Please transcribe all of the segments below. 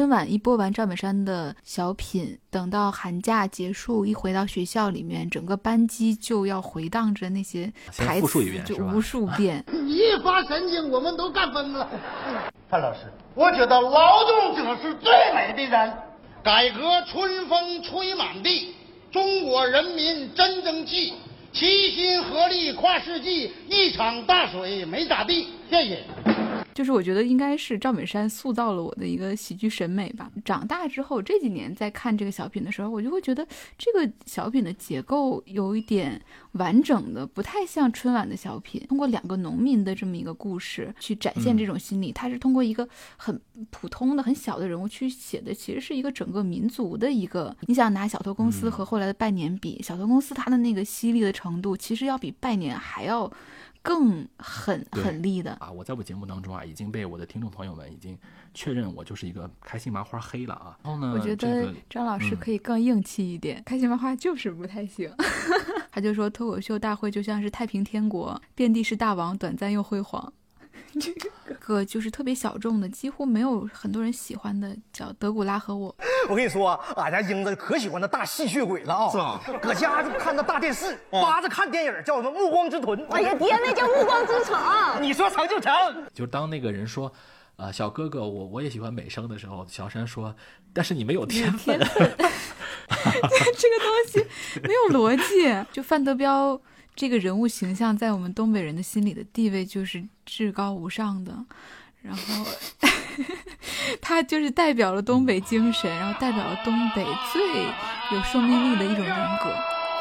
春晚一播完赵本山的小品，等到寒假结束，一回到学校里面，整个班级就要回荡着那些台词，就无数遍。 你一发神经，我们都干疯了。范老师，我觉得劳动者是最美的人。改革春风吹满地，中国人民真争气，齐心合力跨世纪，一场大水没咋地。谢谢。 就是我觉得应该是赵本山塑造了我的一个喜剧审美吧。长大之后这几年在看这个小品的时候，我就会觉得这个小品的结构有一点完整的，不太像春晚的小品，通过两个农民的这么一个故事去展现这种心理，它是通过一个很普通的很小的人物去写的，其实是一个整个民族的一个。你想拿小偷公司和后来的拜年比，小偷公司它的那个犀利的程度其实要比拜年还要更狠厉的啊！我在我节目当中啊，已经被我的听众朋友们已经确认我就是一个开心麻花黑了啊。然后呢， 我觉得张老师可以更硬气一点，开心麻花就是不太行。他就说脱口秀大会就像是太平天国，遍地是大王，短暂又辉煌。这个就是特别小众的，几乎没有很多人喜欢的，叫德古拉和我。 我跟你说，俺家英子可喜欢那大吸血鬼了啊！是啊，搁家看那大电视，扒着看电影，叫什么《暮光之城》。 哎呀，爹，那叫《暮光之城》。 你说成就成。 就是当那个人说，小哥哥，我也喜欢美声的时候，小山说，但是你没有天分。 这个东西没有逻辑。就范德彪这个人物形象在我们东北人的心里的地位就是至高无上的，然后他就是代表了东北精神，然后代表了东北最有生命力的一种人格。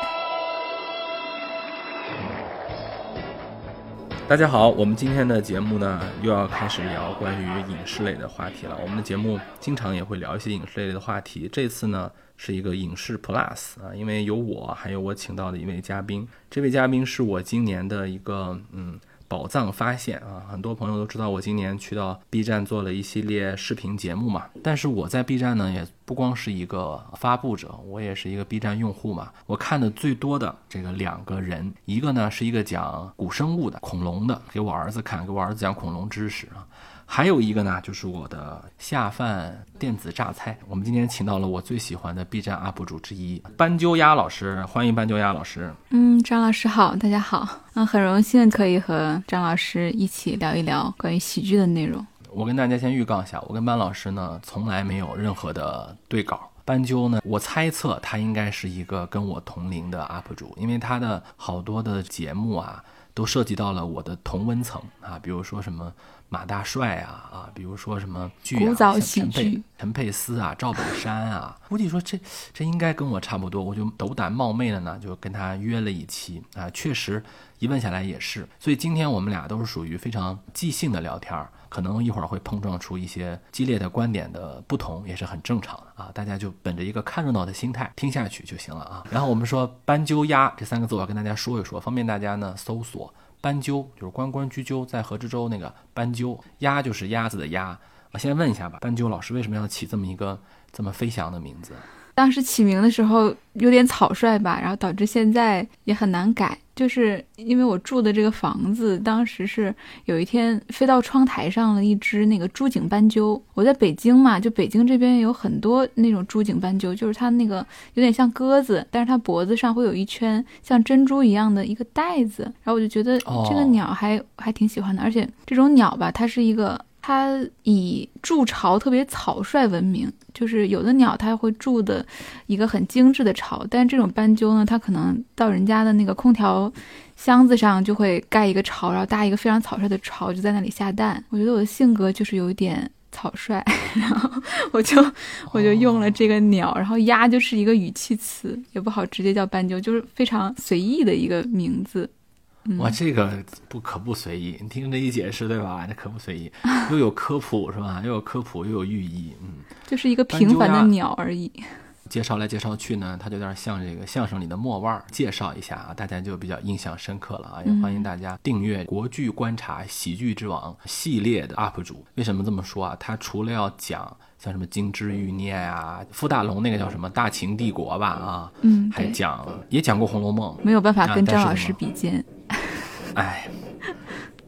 大家好，我们今天的节目呢又要开始聊关于影视类的话题了。我们的节目经常也会聊一些影视类的话题，这次呢是一个影视 plus 啊，因为有我还有我请到的一位嘉宾，这位嘉宾是我今年的一个宝藏发现啊！很多朋友都知道我今年去到 B 站做了一系列视频节目嘛，但是我在 B 站呢也不光是一个发布者，我也是一个 B 站用户嘛。我看的最多的这个两个人，一个呢是一个讲古生物的恐龙的，给我儿子看，给我儿子讲恐龙知识啊。还有一个呢就是我的下饭电子榨菜。我们今天请到了我最喜欢的 B 站 UP 主之一斑鸠鸭老师，欢迎斑鸠鸭老师。 张老师好，大家好。很荣幸可以和张老师一起聊一聊关于喜剧的内容。 我跟大家先预告一下，我跟班老师呢从来没有任何的对稿。斑鸠呢，我猜测他应该是一个跟我同龄的 UP 主，因为他的好多的节目啊都涉及到了我的同温层啊，比如说什么马大帅啊，比如说什么剧啊， 古早喜剧， 陈佩斯啊，赵本山啊，估计说这应该跟我差不多，我就斗胆冒昧的呢，就跟他约了一期啊，确实一问下来也是，所以今天我们俩都是属于非常即兴的聊天，可能一会儿会碰撞出一些激烈的观点的不同，也是很正常的啊，大家就本着一个看热闹的心态听下去就行了啊。然后我们说斑鸠鸭这三个字，我要跟大家说一说，方便大家呢搜索。斑鸠就是关关雎鸠，在河之洲那个斑鸠，鸭就是鸭子的鸭。我先问一下吧，斑鸠老师为什么要起这么一个这么飞翔的名字？ 当时起名的时候有点草率吧，然后导致现在也很难改，就是因为我住的这个房子当时是有一天飞到窗台上了一只那个珠颈斑鸠。我在北京嘛，就北京这边有很多那种珠颈斑鸠，就是它那个有点像鸽子，但是它脖子上会有一圈像珍珠一样的一个带子，然后我就觉得这个鸟还挺喜欢的，而且这种鸟吧，它以筑巢特别草率闻名，就是有的鸟它会筑的一个很精致的巢，但是这种斑鸠呢，它可能到人家的那个空调箱子上就会盖一个巢，然后搭一个非常草率的巢，就在那里下蛋。我觉得我的性格就是有一点草率，然后我就用了这个鸟，然后鸭就是一个语气词，也不好直接叫斑鸠，就是非常随意的一个名字。 哇，这个可不随意，你听这一解释对吧？这可不随意，又有科普是吧？又有科普又有寓意， 就是一个平凡的鸟而已。 介绍来介绍去呢，它就有点像这个相声里的末腕，介绍一下啊，大家就比较印象深刻了啊！也欢迎大家订阅国剧观察喜剧之王系列的 UP 主。为什么这么说啊？他除了要讲像什么金枝玉孽啊，傅大龙那个叫什么大秦帝国吧啊，也讲过红楼梦， 没有办法跟张老师比肩。 哎，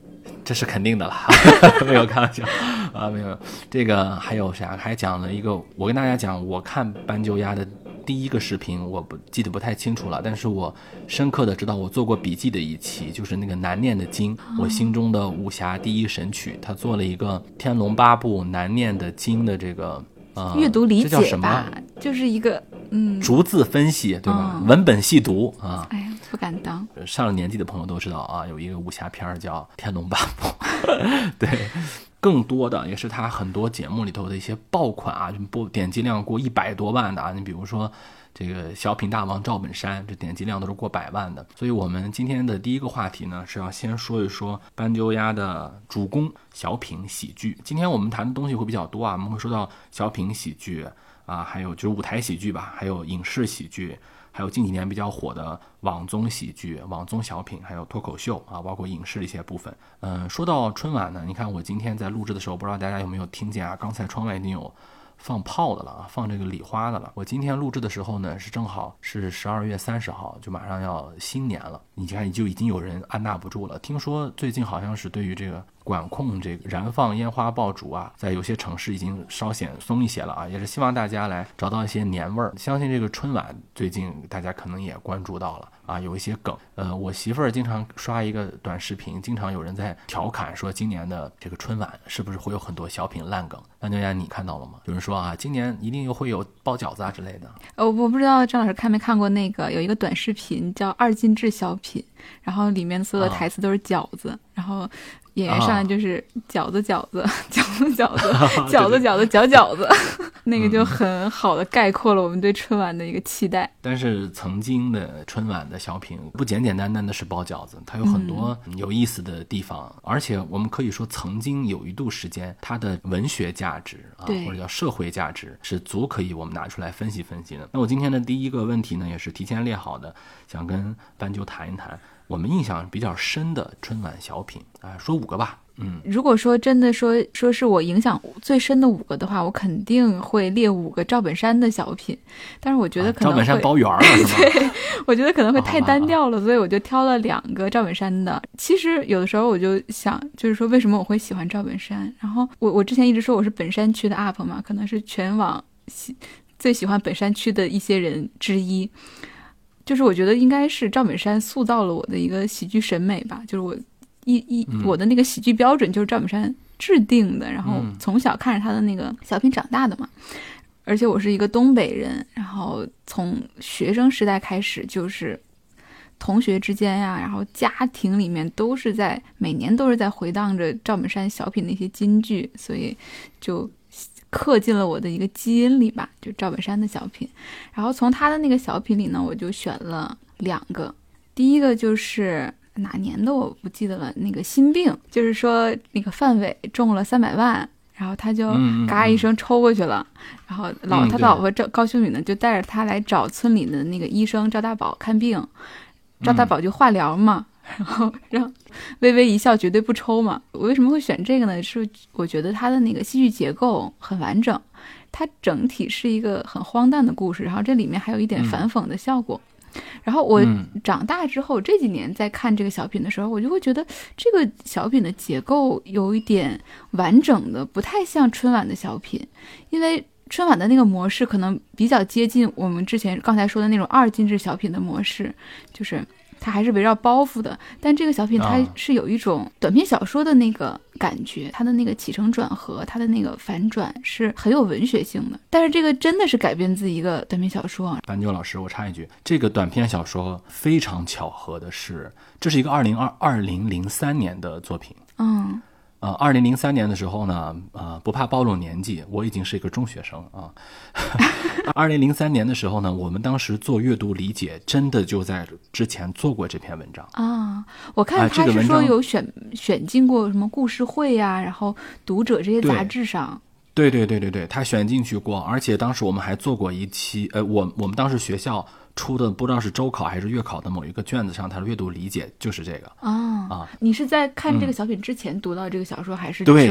这是肯定的了，没有开玩笑啊，没有。这个还有啥？还讲了一个，我跟大家讲，我看斑鸠鸭的第一个视频，我记得不太清楚了，但是我深刻的知道我做过笔记的一期，就是那个难念的经，我心中的武侠第一神曲，他做了一个《天龙八部》难念的经的这个阅读理解这叫什么吧，就是一个逐字分析，对吧？文本细读啊。 哎呀，不敢当。 上了年纪的朋友都知道啊，有一个武侠片叫《天龙八部》，对。更多的也是他很多节目里头的一些爆款啊，点击量过100多万的啊。你比如说这个小品大王赵本山，这点击量都是过100万的。所以我们今天的第一个话题呢，是要先说一说斑鸠鸭的主攻小品喜剧。今天我们谈的东西会比较多啊，我们会说到小品喜剧啊，还有就是舞台喜剧吧，还有影视喜剧，还有近几年比较火的网综喜剧、网综小品，还有脱口秀啊，包括影视的一些部分。说到春晚呢，你看我今天在录制的时候，不知道大家有没有听见啊？刚才窗外已经有放炮的了啊，放这个礼花的了。我今天录制的时候呢，是正好是12月30号，就马上要新年了。你看，就已经有人按捺不住了。听说最近好像是对于这个管控这个燃放烟花爆竹啊，在有些城市已经稍显松一些了啊，也是希望大家来找到一些年味儿。相信这个春晚最近大家可能也关注到了啊，有一些梗。我媳妇儿经常刷一个短视频，经常有人在调侃说今年的这个春晚是不是会有很多小品烂梗？斑鸠鸭你看到了吗？有人说啊，今年一定又会有包饺子啊之类的。 我不知道张老师看没看过那个有一个短视频叫2进制小品，然后里面所有的台词都是饺子，然后演员上来就是饺子饺子饺子饺子饺子饺子饺饺子，那个就很好的概括了我们对春晚的一个期待。 但是曾经的春晚的小品不简简单单的是包饺子，它有很多有意思的地方，而且我们可以说曾经有一度时间它的文学价值啊，或者叫社会价值是足可以我们拿出来分析分析的。那我今天的第一个问题呢，也是提前列好的，想跟斑鸠谈一谈我们印象比较深的春晚小品啊，说5个吧。 如果说真的说是我影响最深的5个的话，我肯定会列5个赵本山的小品，但是我觉得可能会、 赵本山包圆了是吗？ 对，我觉得可能会太单调了，所以我就挑了2个赵本山的。其实有的时候我就想，就是说为什么我会喜欢赵本山？然后我之前一直说我是本山区的 UP 嘛，可能是全网最喜欢本山区的一些人之一。就是我觉得应该是赵本山塑造了我的一个喜剧审美吧，就是我的那个喜剧标准就是赵本山制定的，然后从小看着他的那个小品长大的嘛。而且我是一个东北人，然后从学生时代开始就是同学之间呀，然后家庭里面每年都是在回荡着赵本山小品的一些金句，所以就刻进了我的一个基因里吧，就赵本山的小品。然后从他的那个小品里呢，我就选了2个。第一个就是哪年的我不记得了，那个心病，就是说那个范伟中了300万，然后他就嘎一声抽过去了，然后他老婆高秀敏呢就带着他来找村里的那个医生赵大宝看病，赵大宝就化疗嘛，然后让微微一笑绝对不抽嘛。我为什么会选这个呢？是我觉得他的那个戏剧结构很完整，它整体是一个很荒诞的故事，然后这里面还有一点反讽的效果。然后我长大之后这几年在看这个小品的时候，我就会觉得这个小品的结构有一点完整的，不太像春晚的小品，因为春晚的那个模式可能比较接近我们之前刚才说的那种2进制小品的模式，就是它还是围绕包袱的，但这个小品它是有一种短篇小说的那个感觉，它的那个起承转合，它的那个反转是很有文学性的。但是这个真的是改编自一个短篇小说。 斑鸠老师，我插一句，这个短篇小说非常巧合的是，这是一个2003年的作品。2003年的时候呢，不怕暴露年纪，我已经是一个中学生啊。2003年的时候呢，我们当时做阅读理解，真的就在之前做过这篇文章啊。我看他是说有选进过什么故事会呀，然后读者这些杂志上。 对，他选进去过，而且当时我们还做过一期，我们当时学校出的不知道是周考还是月考的某一个卷子上，它的阅读理解就是这个啊。你是在看这个小品之前读到这个小说，还是之后？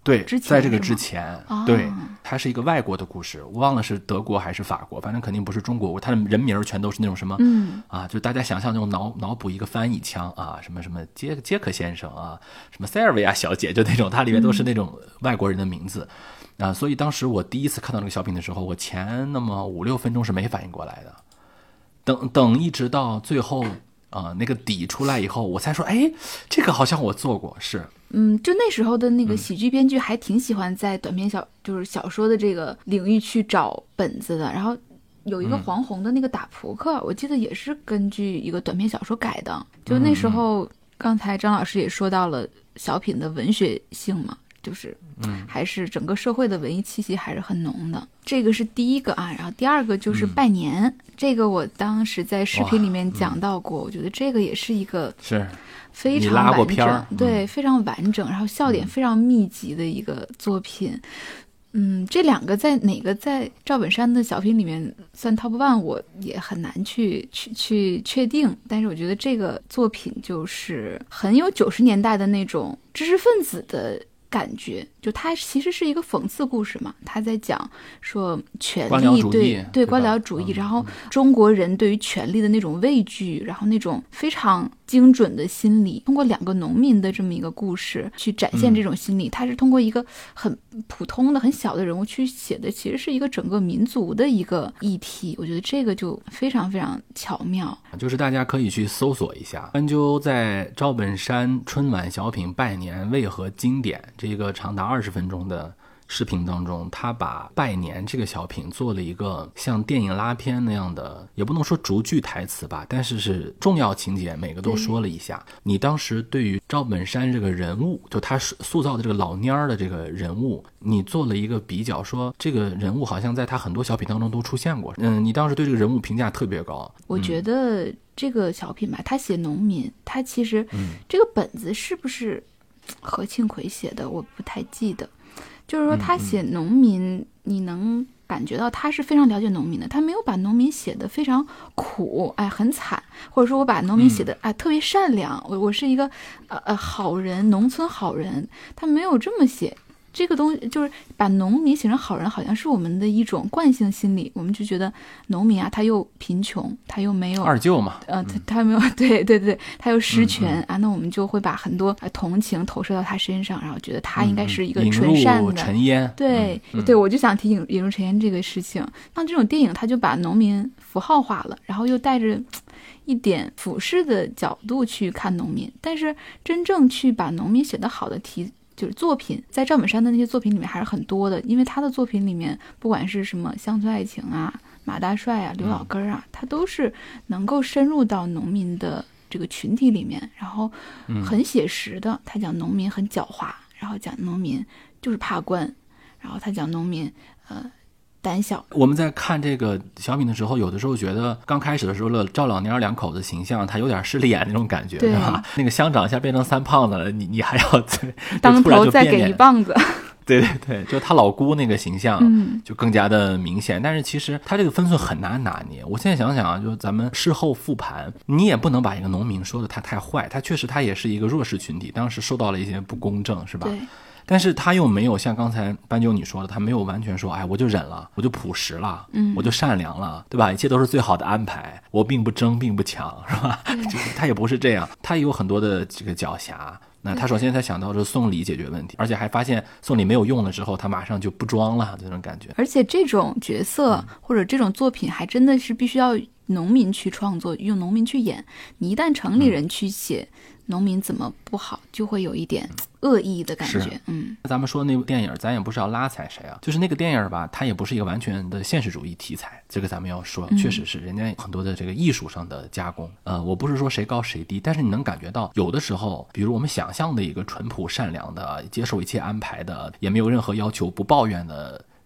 对， 之前在这个是吗之前， 哦对，它是一个外国的故事，我忘了是德国还是法国，反正肯定不是中国，它的人名全都是那种什么，就大家想象那种脑补一个翻译腔啊，什么什么杰克先生啊，什么塞尔维亚小姐，就那种，它里面都是那种外国人的名字。所以当时我第一次看到那个小品的时候，我前那么5-6分钟是没反应过来的，等一直到最后那个底出来以后，我才说，哎，这个好像我做过，是。 就那时候的那个喜剧编剧还挺喜欢在短篇就是小说的这个领域去找本子的。然后有一个黄宏的那个打扑克，我记得也是根据一个短篇小说改的。就那时候，刚才张老师也说到了小品的文学性嘛，就是还是整个社会的文艺气息还是很浓的。这个是第一个啊，然后第二个就是拜年，这个我当时在视频里面讲到过，我觉得这个也是一个是非常完整，对，非常完整，然后笑点非常密集的一个作品。这两个在哪个在赵本山的小品里面算 top one， 我也很难去确定。但是我觉得这个作品就是很有90年代的那种知识分子的感觉，就它其实是一个讽刺故事嘛，他在讲说权力对官僚主义，然后中国人对于权力的那种畏惧，然后那种非常精准的心理，通过2个农民的这么一个故事去展现这种心理。他是通过一个很普通的很小的人物去写的，其实是一个整个民族的一个议题。我觉得这个就非常非常巧妙， 就是大家可以去搜索一下，斑鸠在赵本山春晚小品拜年为何经典这个长达20分钟的视频当中，他把拜年这个小品做了一个像电影拉片那样的，也不能说逐句台词吧，但是是重要情节每个都说了一下。你当时对于赵本山这个人物，就他塑造的这个老蔫儿的这个人物，你做了一个比较，说这个人物好像在他很多小品当中都出现过。你当时对这个人物评价特别高。 我觉得这个小品吧，他写农民，他其实这个本子是不是何庆魁写的我不太记得，就是说他写农民，你能感觉到他是非常了解农民的，他没有把农民写得非常苦，很惨，或者说我把农民写得特别善良，我是一个好人，农村好人，他没有这么写。这个东西就是把农民写成好人，好像是我们的一种惯性心理，我们就觉得农民他又贫穷，他又没有二舅嘛， 他没有对，他又失权那我们就会把很多同情投射到他身上，然后觉得他应该是一个纯善的。 引入尘烟， 对，我就想提醒引入尘烟这个事情。那这种电影他就把农民符号化了，然后又带着一点俯视的角度去看农民，但是真正去把农民写得好的就是作品，在赵本山的那些作品里面还是很多的，因为他的作品里面不管是什么乡村爱情啊、马大帅啊、刘老根啊，他都是能够深入到农民的这个群体里面，然后很写实的。他讲农民很狡猾，然后讲农民就是怕官，然后他讲农民胆小。我们在看这个小品的时候，有的时候觉得刚开始的时候赵老蔫2口子形象他有点势利眼那种感觉，对吧？那个乡长一下变成3胖子了，你还要当头再给1棒子。 对，就他老姑那个形象就更加的明显，但是其实他这个分寸很难拿捏。我现在想想啊，就咱们事后复盘，你也不能把一个农民说的他太坏，他确实他也是一个弱势群体，当时受到了一些不公正，是吧？ 对。 但是他又没有像刚才斑鸠你说的，他没有完全说，我就忍了，我就朴实了，我就善良了，对吧？一切都是最好的安排，我并不争，并不抢，是吧？就是他也不是这样，他也有很多的这个狡黠。那他首先他想到是送礼解决问题，而且还发现送礼没有用了之后，他马上就不装了，这种感觉。 而且这种角色或者这种作品还真的是必须要农民去创作，用农民去演。你一旦城里人去写农民怎么不好，就会有一点恶意的感觉。 咱们说那部电影，咱也不是要拉踩谁啊，就是那个电影吧，它也不是一个完全的现实主义题材，这个咱们要说，确实是人家很多的这个艺术上的加工。我不是说谁高谁低，但是你能感觉到有的时候，比如我们想象的一个淳朴善良的、接受一切安排的，也没有任何要求、不抱怨的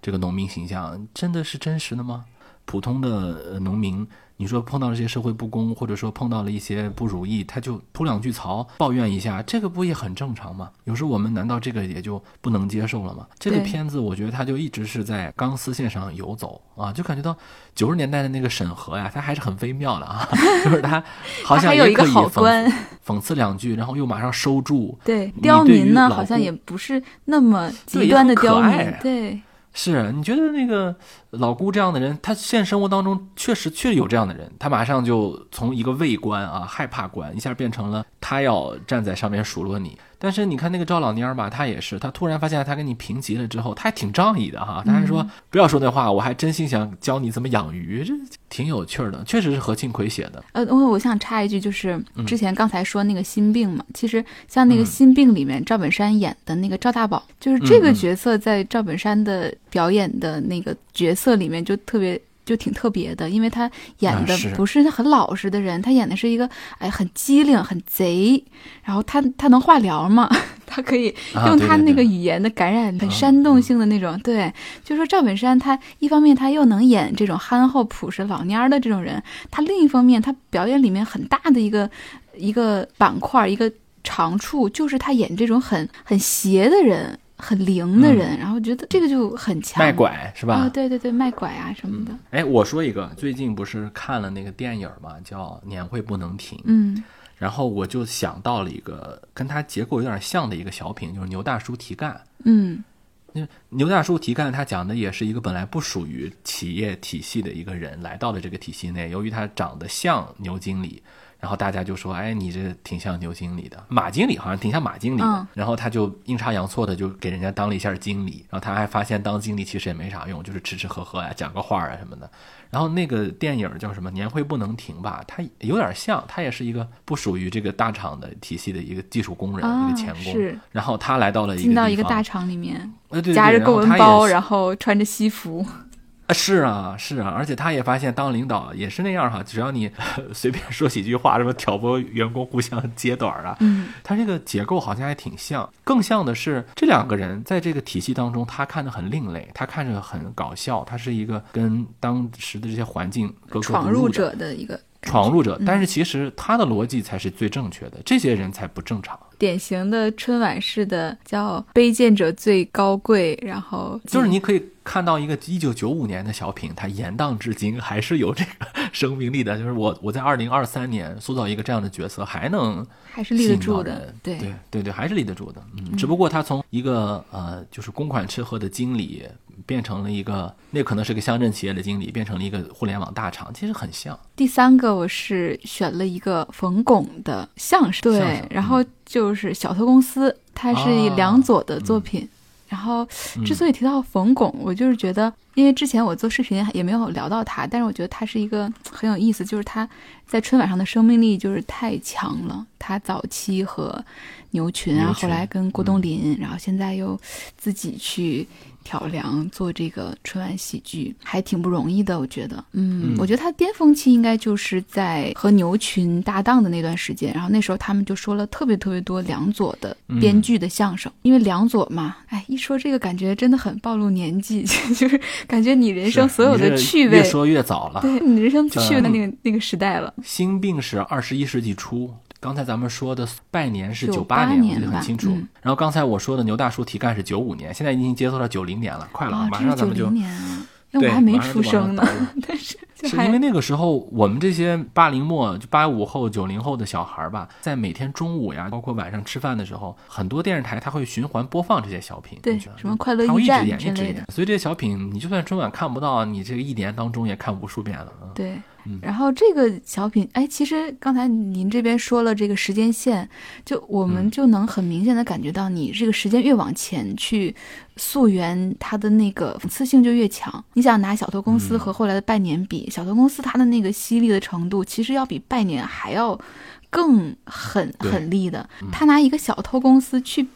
这个农民形象真的是真实的吗？普通的农民，你说碰到了这些社会不公，或者说碰到了一些不如意，他就吐两句槽抱怨一下，这个不也很正常吗？有时候我们难道这个也就不能接受了吗？这个片子我觉得它就一直是在钢丝线上游走啊，就感觉到90年代的那个审核呀，它还是很微妙的啊，就是它好像也可以讽刺两句，然后又马上收住。 对，刁民呢好像也不是那么极端的刁民，对。 是，你觉得那个老姑这样的人，他现实生活当中确实有这样的人，他马上就从一个畏官啊、害怕官，一下变成了他要站在上面数落你。但是你看那个赵老蔫吧，他也是，他突然发现他跟你平级了之后，他还挺仗义的哈，他还说不要说那话，我还真心想教你怎么养鱼，这挺有趣的，确实是何庆魁写的。 我想插一句，就是之前刚才说那个心病嘛，其实像那个心病里面赵本山演的那个赵大宝，就是这个角色在赵本山的表演的那个角色里面就挺特别的，因为他演的不是很老实的人，他演的是一个很机灵很贼，然后他能化疗嘛，他可以用他那个语言的感染很煽动性的那种，对，就是说赵本山他一方面他又能演这种憨厚朴实老蔫的这种人，他另一方面他表演里面很大的一个板块一个长处就是他演这种很邪的人很灵的人，然后觉得这个就很强， 卖拐是吧？ 对对对，卖拐啊什么的。 我说一个，最近不是看了那个电影嘛，叫《年会不能停》。然后我就想到了一个跟他结构有点像的一个小品，就是牛大叔提干。牛大叔提干他讲的也是一个本来不属于企业体系的一个人来到了这个体系内，由于他长得像牛经理，然后大家就说你这挺像牛经理的，马经理好像挺像马经理的，然后他就阴差阳错的就给人家当了一下经理，然后他还发现当经理其实也没啥用，就是吃吃喝喝呀，讲个话啊什么的。然后那个电影叫什么年会不能停吧，他有点像，他也是一个不属于这个大厂的体系的一个技术工人，一个钳工，然后他来到了进到一个大厂里面， 对， 夹着公文包，然后穿着西服。 是啊，而且他也发现当领导也是那样哈，只要你随便说几句话，什么挑拨员工互相揭短啊，他这个结构好像还挺像。更像的是这两个人在这个体系当中，他看着很另类，他看着很搞笑，他是一个跟当时的这些环境格格不入的闯入者的一个闯入者，但是其实他的逻辑才是最正确的，这些人才不正常。 典型的春晚式的叫卑贱者最高贵，然后就是你可以看到一个1995年的小品，它延宕至今还是有这个生命力的，就是我在2023年塑造一个这样的角色还是立得住的，对， 还是立得住的。只不过他从一个就是公款吃喝的经理变成了一个，那可能是个乡镇企业的经理，变成了一个互联网大厂，其实很像。 第三个我是选了一个冯巩的相声，对，然后就是小偷公司，它是梁左的作品。然后之所以提到冯巩，我就是觉得因为之前我做视频也没有聊到他，但是我觉得他是一个很有意思，就是他在春晚上的生命力就是太强了。他早期和牛群啊，后来跟郭冬临，然后现在又自己去挑梁做这个春晚喜剧，还挺不容易的，我觉得。我觉得他巅峰期应该就是在和牛群搭档的那段时间，然后那时候他们就说了特别特别多梁左的编剧的相声，因为梁左嘛，一说这个感觉真的很暴露年纪，就是感觉你人生所有的趣味越说越早了， 对你人生趣味的那个时代了。 心病是21世纪初。刚才咱们说的拜年是98年，我记得很清楚。然后刚才我说的牛大叔提干是95年，现在已经接受到90年了，快了，马上咱们就。 我还没出生呢，但是因为那个时候我们这些80末就85后90后的小孩吧，在每天中午呀，包括晚上吃饭的时候，很多电视台它会循环播放这些小品， 对，什么快乐驿站之类的。 所以这些小品你就算春晚看不到，你这个一年当中也看无数遍了。 对。然后这个小品，其实刚才您这边说了这个时间线，就我们就能很明显的感觉到，你这个时间越往前去溯源，它的那个讽刺性就越强。你想拿小偷公司和后来的拜年比，小偷公司它的那个犀利的程度，其实要比拜年还要更狠厉的。他拿一个小偷公司去比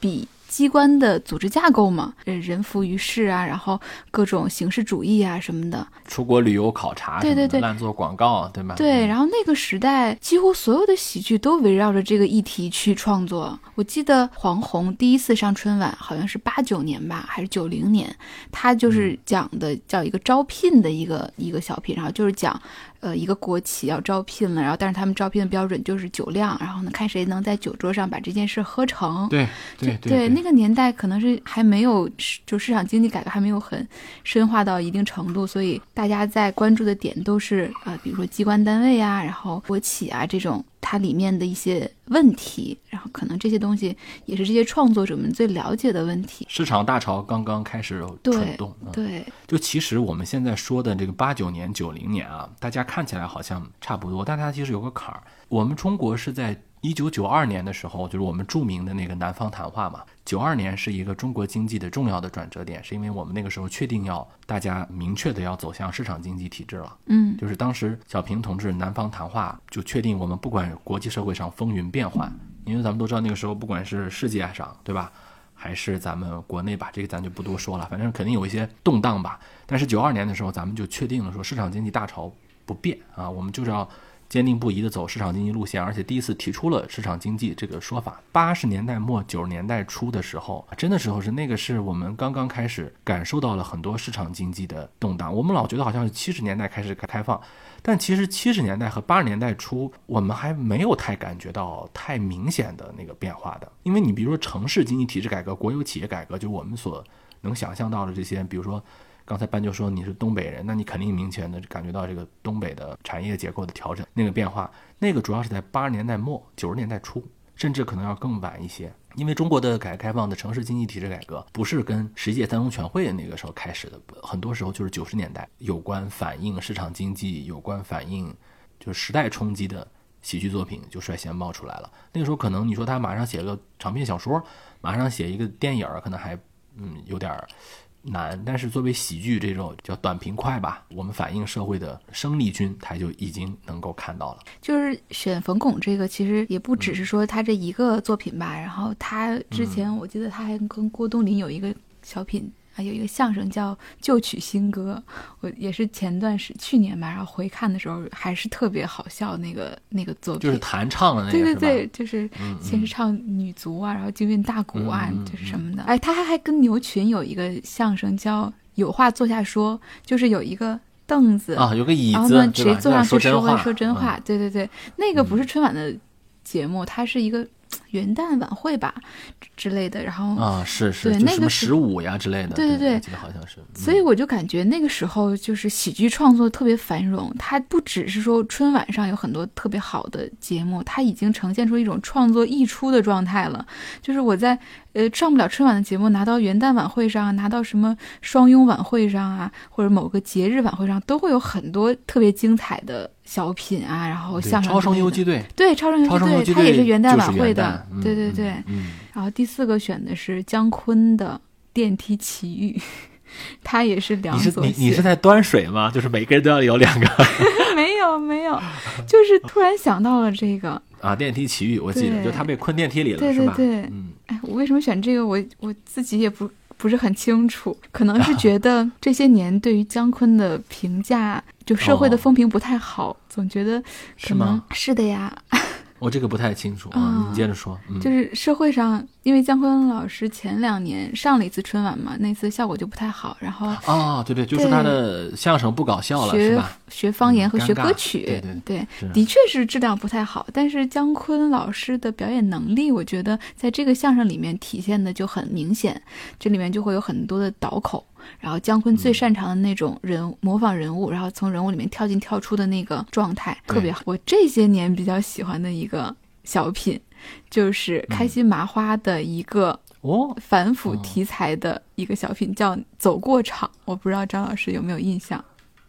机关的组织架构嘛，人浮于事啊，然后各种形式主义啊什么的， 出国旅游考察什么的， 对， 乱做广告，对吧？ 对，然后那个时代几乎所有的喜剧都围绕着这个议题去创作。我记得黄宏第一次上春晚好像是89年吧，还是90年，他就是讲的叫一个招聘的一个小品，然后就是讲一个国企要招聘了，然后但是他们招聘的标准就是酒量，然后呢看谁能在酒桌上把这件事喝成。对，那个年代可能是还没有就市场经济改革还没有很深化到一定程度，所以大家在关注的点都是比如说机关单位啊，然后国企啊这种它里面的一些问题，然后可能这些东西也是这些创作者们最了解的问题。 市场大潮刚刚开始蠢动， 对， 就其实我们现在说的这个89年、90年啊，大家看起来好像差不多，但它其实有个坎儿。我们中国是在1992年的时候，就是我们著名的那个南方谈话嘛。92年是一个中国经济的重要的转折点，是因为我们那个时候确定大家明确的要走向市场经济体制了。就是当时小平同志南方谈话就确定我们不管国际社会上风云变幻，因为咱们都知道那个时候不管是世界上，对吧？还是咱们国内吧，这个咱就不多说了，反正肯定有一些动荡吧。但是92年的时候，咱们就确定了说市场经济大潮不变啊，我们就是要坚定不移地走市场经济路线，而且第一次提出了市场经济这个说法。80年代末90年代初的时候，真的时候是我们刚刚开始感受到了很多市场经济的动荡。我们老觉得好像是70年代开始开放，但其实70年代和80年代初我们还没有太感觉到太明显的那个变化的。因为你比如说城市经济体制改革、国有企业改革，就我们所能想象到的这些，比如说刚才班就说你是东北人，那你肯定明显的感觉到这个东北的产业结构的调整，那个变化，那个主要是在80年代末90年代初，甚至可能要更晚一些。因为中国的改革开放的城市经济体制改革不是跟11届三中全会那个时候开始的，很多时候就是90年代有关反映市场经济、有关反映就是时代冲击的喜剧作品就率先冒出来了。那个时候可能你说他马上写个长篇小说，马上写一个电影，可能还有点难，但是作为喜剧这种叫短平快吧，我们反映社会的生力军，他就已经能够看到了。 就是选冯巩这个其实也不只是说他这一个作品吧，然后他之前我记得他还跟郭冬临有一个小品有一个相声叫旧曲新歌，我也是去年吧，然后回看的时候还是特别好笑，那个作品就是弹唱的那个， 对，就是先是唱女足啊，然后京韵大鼓啊，就是什么的。他还跟牛群有一个相声叫有话坐下说，就是有一个凳子有个椅子， 然后呢谁坐上去说真话，对，那个不是春晚的节目，它是一个元旦晚会吧之类的，然后是对就什么15呀之类的， 对， 我记得好像是。 所以我就感觉那个时候就是喜剧创作特别繁荣，它不只是说春晚上有很多特别好的节目，它已经呈现出一种创作溢出的状态了。就是我在上不了春晚的节目拿到元旦晚会上，拿到什么双庸晚会上啊，或者某个节日晚会上，都会有很多特别精彩的小品啊，然后相声。 超生游击队， 对，超生游击队它也是元旦晚会的，对。然后第4个选的是姜昆的电梯奇遇，他也是梁左写。 你是在端水吗？就是每个人都要有2个？ 没有，就是突然想到了这个电梯奇遇，我记得就他被困电梯里了， 是吧？ 对，我为什么选这个？我自己也不是很清楚，可能是觉得这些年对于姜昆的评价，就社会的风评不太好，总觉得可能是的呀。 我这个不太清楚你接着说。 就是社会上，因为姜昆老师前2年上了一次春晚嘛，那次效果就不太好，然后对，就是他的相声不搞笑了，是吧？ 学方言和学歌曲， 对， 的确是质量不太好。但是姜昆老师的表演能力，我觉得在这个相声里面体现的就很明显，这里面就会有很多的倒口。然后姜昆最擅长的那种模仿人物，然后从人物里面跳进跳出的那个状态特别好。我这些年比较喜欢的一个小品，就是开心麻花的一个反腐题材的一个小品，叫走过场。我不知道张老师有没有印象。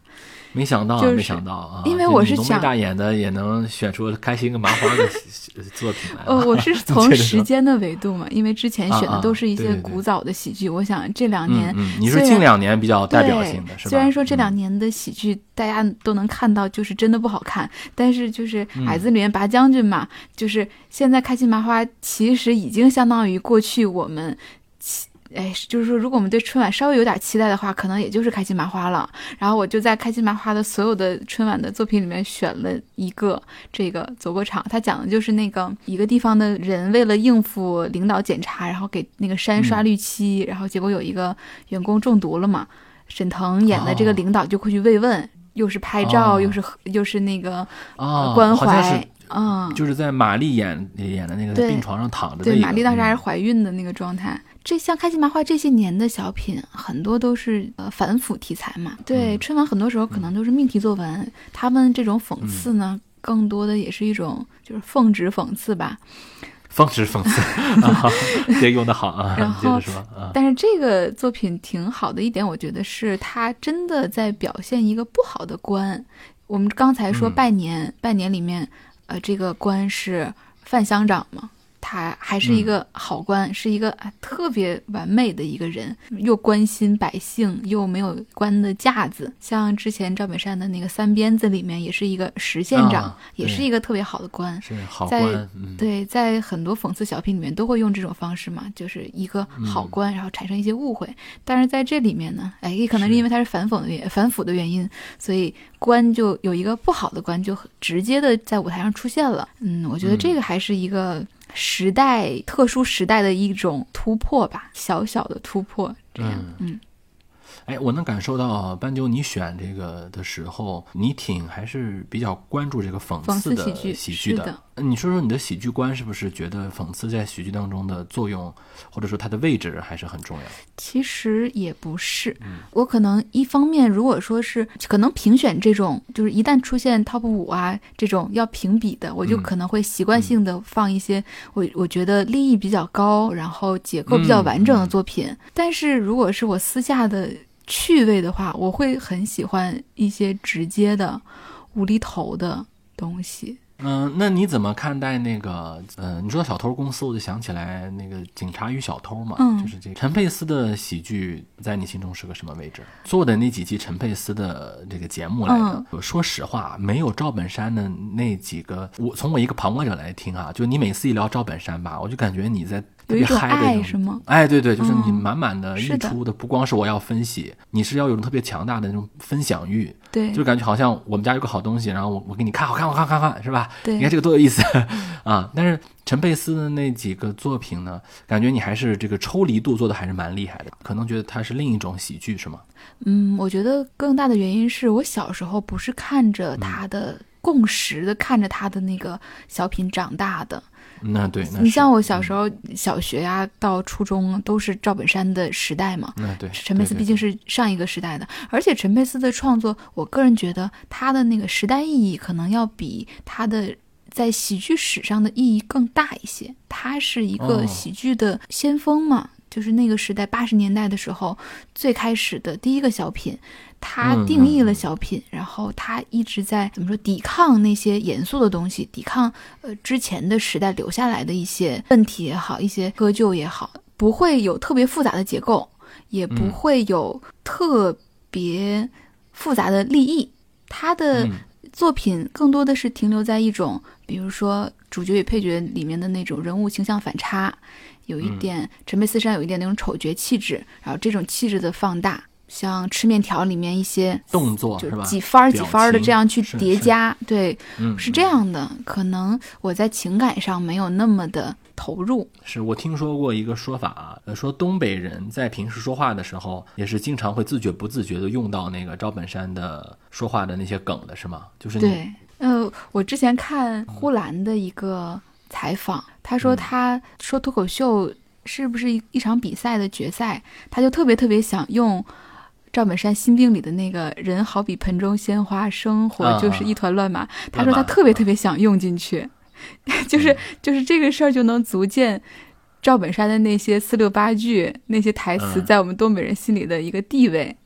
没想到， 就是没想到啊！ 因为我是浓眉大眼的也能选出开心跟麻花的作品来。 我是从时间的维度嘛，因为之前选的都是一些对对古早的喜剧，我想这2年， 你是近2年比较代表性的，是吧？ 虽然说这2年的喜剧大家都能看到，就是真的不好看，但是就是矮子里面拔将军嘛，就是现在开心麻花其实已经相当于过去我们。就是说，如果我们对春晚稍微有点期待的话，可能也就是开心麻花了。然后我就在开心麻花的所有的春晚的作品里面选了一个这个走过场，他讲的就是那个一个地方的人为了应付领导检查，然后给那个山刷绿漆，然后结果有一个员工中毒了嘛，沈腾演的这个领导就会去慰问，又是拍照，又是那个关怀。 就是在马丽演的那个病床上躺着的， 对，马丽当时还是怀孕的那个状态。这像开心麻花这些年的小品，很多都是反腐题材嘛。对，春晚很多时候可能都是命题作文，他们这种讽刺呢，更多的也是一种就是奉旨讽刺吧。 奉旨讽刺，这用得好啊！ 然后接着说但是这个作品挺好的一点，我觉得是它真的在表现一个不好的官。我们刚才说拜年，拜年里面。这个官是范乡长嘛，他还是一个好官，是一个特别完美的一个人，又关心百姓，又没有官的架子。像之前赵本山的那个三鞭子里面，也是一个石县长，也是一个特别好的官，是好官。 对，在很多讽刺小品里面都会用这种方式嘛，就是一个好官，然后产生一些误会。但是在这里面呢，也可能是因为他是反腐的原因，所以官就有一个不好的官就直接的在舞台上出现了。我觉得这个还是一个特殊时代的一种突破吧，小小的突破，这样。 我能感受到斑鸠你选这个的时候，你还是比较关注这个讽刺的喜剧的。你说说你的喜剧观，是不是觉得讽刺在喜剧当中的作用，或者说它的位置还是很重要？ 其实也不是，我可能一方面，如果说是可能评选这种，就是一旦出现 top 5啊这种要评比的，我就可能会习惯性的放一些我觉得立意比较高，然后结构比较完整的作品。但是如果是我私下的趣味的话，我会很喜欢一些直接的无厘头的东西。 那你怎么看待那个你说小偷公司，我就想起来那个警察与小偷嘛，就是这个陈佩斯的喜剧在你心中是个什么位置？做的那几期陈佩斯的这个节目来的，说实话没有赵本山的那几个，从我一个旁观者来听啊，就你每次一聊赵本山吧，我就感觉你在特别嗨的爱是吗？ 对对，就是你满满的溢出的不光是我要分析，你是要有特别强大的那种分享欲。 对， 就感觉好像我们家有个好东西，然后我给你看，好看，是吧？ 对， 你看这个多有意思啊！但是陈佩斯的那几个作品呢，感觉你还是这个抽离度做的还是蛮厉害的，可能觉得它是另一种喜剧，是吗？ 我觉得更大的原因是我小时候不是看着他的共识的，看着他的那个小品长大的。 那对， 你像我小时候小学呀到初中都是赵本山的时代嘛， 对， 陈佩斯毕竟是上一个时代的，而且陈佩斯的创作，我个人觉得他的那个时代意义可能要比他的在喜剧史上的意义更大一些。他是一个喜剧的先锋嘛，就是那个时代80年代的时候最开始的第一个小品，他定义了小品，然后他一直在怎么说抵抗那些严肃的东西，抵抗之前的时代留下来的一些问题也好，一些窠臼也好，不会有特别复杂的结构，也不会有特别复杂的立意。他的作品更多的是停留在一种，比如说主角与配角里面的那种人物形象反差，有一点陈佩斯身上有一点那种丑角气质，然后这种气质的放大，像吃面条里面一些动作就是几番的这样去叠加，对，是这样的。可能我在情感上没有那么的投入。 是我听说过一个说法，说东北人在平时说话的时候，也是经常会自觉不自觉的用到那个赵本山的说话的那些梗的，是吗？就是对，我之前看呼兰的一个采访，他说他说脱口秀是不是一场比赛的决赛，他就特别想用赵本山心病里的那个人好比盆中鲜花，生活就是一团乱麻，他说他特别想用进去，就是这个事儿就能足见赵本山的那些468句那些台词在我们东北人心里的一个地位。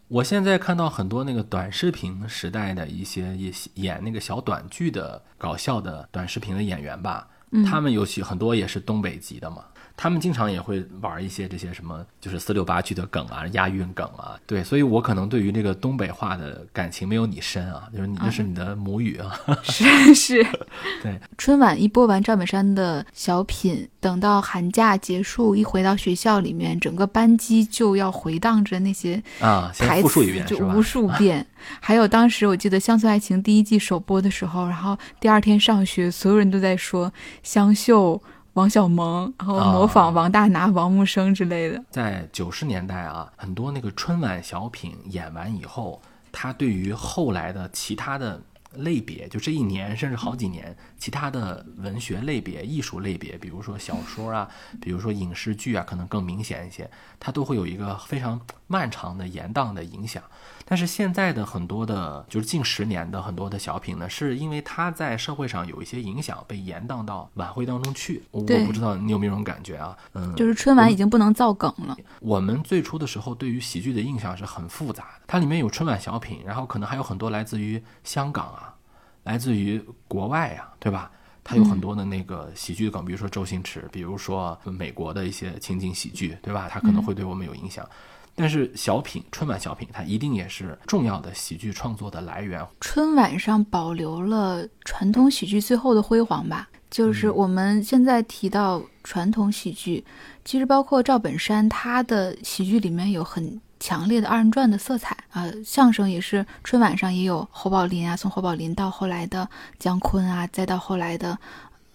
我现在看到很多那个短视频时代的一些演那个小短剧的搞笑的短视频的演员吧，他们尤其很多也是东北籍的嘛，他们经常也会玩一些这些什么就是468句的梗啊，押韵梗啊，对，所以我可能对于这个东北话的感情没有你深啊，就是你这是你的母语啊。 是对， 春晚一播完赵本山的小品，等到寒假结束，一回到学校里面，整个班级就要回荡着那些台复述一词， 遍， 就无数遍。还有当时我记得《乡村爱情》第1季首播的时候，然后第2天上学，所有人都在说香秀、王小蒙，然后模仿王大拿、王木生之类的。 在90年代啊，很多那个春晚小品演完以后，他对于后来的其他的类别，就这一年甚至好几年其他的文学类别、艺术类别，比如说小说啊，比如说影视剧啊，可能更明显一些，它都会有一个非常漫长的延宕的影响。但是现在的很多的就是近10年的很多的小品呢，是因为它在社会上有一些影响，被延宕到晚会当中去。我不知道你有没有这种感觉啊？ 就是春晚已经不能造梗了。 我们最初的时候对于喜剧的印象是很复杂的，它里面有春晚小品，然后可能还有很多来自于香港啊，来自于国外啊，对吧？它有很多的那个喜剧梗，比如说周星驰，比如说美国的一些情景喜剧，对吧？它可能会对我们有影响。但是小品，春晚小品，它一定也是重要的喜剧创作的来源。 春晚上保留了传统喜剧最后的辉煌吧，就是我们现在提到传统喜剧，其实包括赵本山，他的喜剧里面有很强烈的二人转的色彩啊，相声也是春晚上也有侯宝林啊，从侯宝林到后来的姜昆啊，再到后来的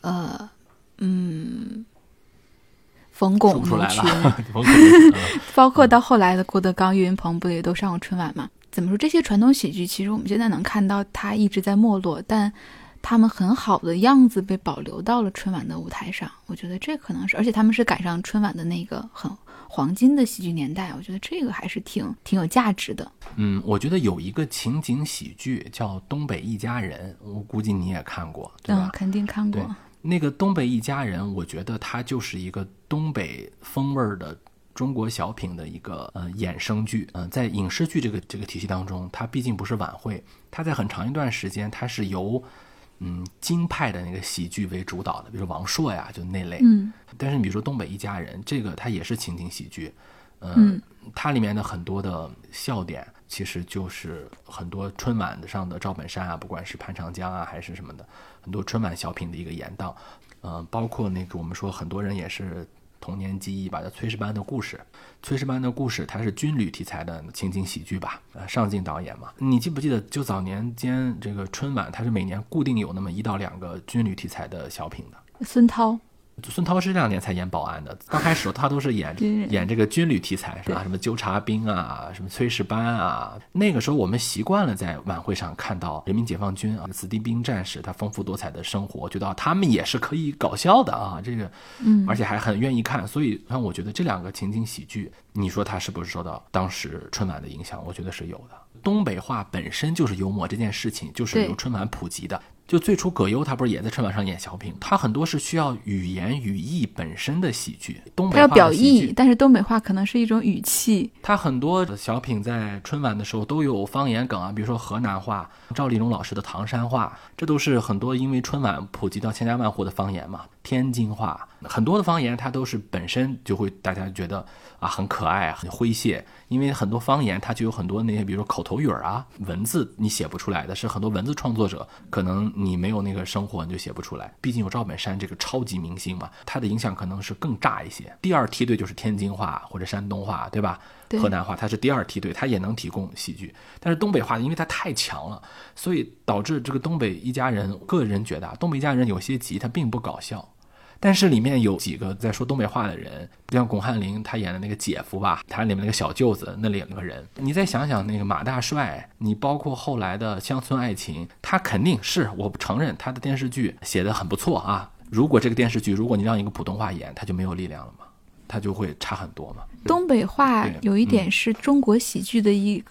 冯巩那群，包括到后来的郭德纲、岳云鹏，不也都上过春晚吗？怎么说，这些传统喜剧其实我们现在能看到它一直在没落，但他们很好的样子被保留到了春晚的舞台上，我觉得这可能是，而且他们是赶上春晚的那个很黄金的喜剧年代，我觉得这个还是挺有价值的。 我觉得有一个情景喜剧叫《东北一家人》，我估计你也看过，对吧？ 肯定看过。 对，那个《东北一家人》，我觉得它就是一个东北风味的中国小品的一个衍生剧。在影视剧这个体系当中，它毕竟不是晚会，它在很长一段时间它是由京派的那个喜剧为主导的，比如王朔呀，就那类。但是你比如说《东北一家人》，这个它也是情景喜剧。它里面的很多的笑点，其实就是很多春晚上的赵本山啊，不管是潘长江啊还是什么的，很多春晚小品的一个延宕。包括那个我们说很多人也是童年记忆吧，叫炊事班的故事。炊事班的故事它是军旅题材的情景喜剧吧，上镜导演嘛。你记不记得就早年间这个春晚，它是每年固定有那么1到2个军旅题材的小品的。 孙涛是这2年才演保安的，刚开始他都是演这个军旅题材，是吧？什么纠察兵啊，什么炊事班啊。那个时候我们习惯了在晚会上看到人民解放军啊、子弟兵战士他丰富多彩的生活，觉得他们也是可以搞笑的啊，这个而且还很愿意看。所以我觉得这2个情景喜剧，你说它是不是受到当时春晚的影响？我觉得是有的。东北话本身就是幽默，这件事情就是由春晚普及的。就最初葛优他不是也在春晚上演小品，他很多是需要语言语义本身的喜剧，东北话的喜剧，他要表意，但是东北话可能是一种语气。 他很多的小品在春晚的时候都有方言梗啊，比如说河南话，赵丽蓉老师的唐山话，这都是很多因为春晚普及到千家万户的方言嘛。天津话，很多的方言它都是本身就会大家觉得啊很可爱很诙谐，因为很多方言它就有很多那些比如说口头语啊，文字你写不出来的，是很多文字创作者可能你没有那个生活你就写不出来。毕竟有赵本山这个超级明星嘛，他的影响可能是更炸一些。第2梯队就是天津话或者山东话，对吧？河南话它是第2梯队，它也能提供喜剧。但是东北话因为它太强了，所以导致这个东北一家人，个人觉得东北一家人有些集它并不搞笑，但是里面有几个在说东北话的人，像巩汉林他演的那个姐夫吧，他里面那个小舅子那2个人，你再想想那个马大帅，你包括后来的乡村爱情，他肯定是，我不承认他的电视剧写得很不错啊，如果这个电视剧如果你让一个普通话演，他就没有力量了嘛，他就会差很多嘛。 东北话有一点是中国喜剧的一个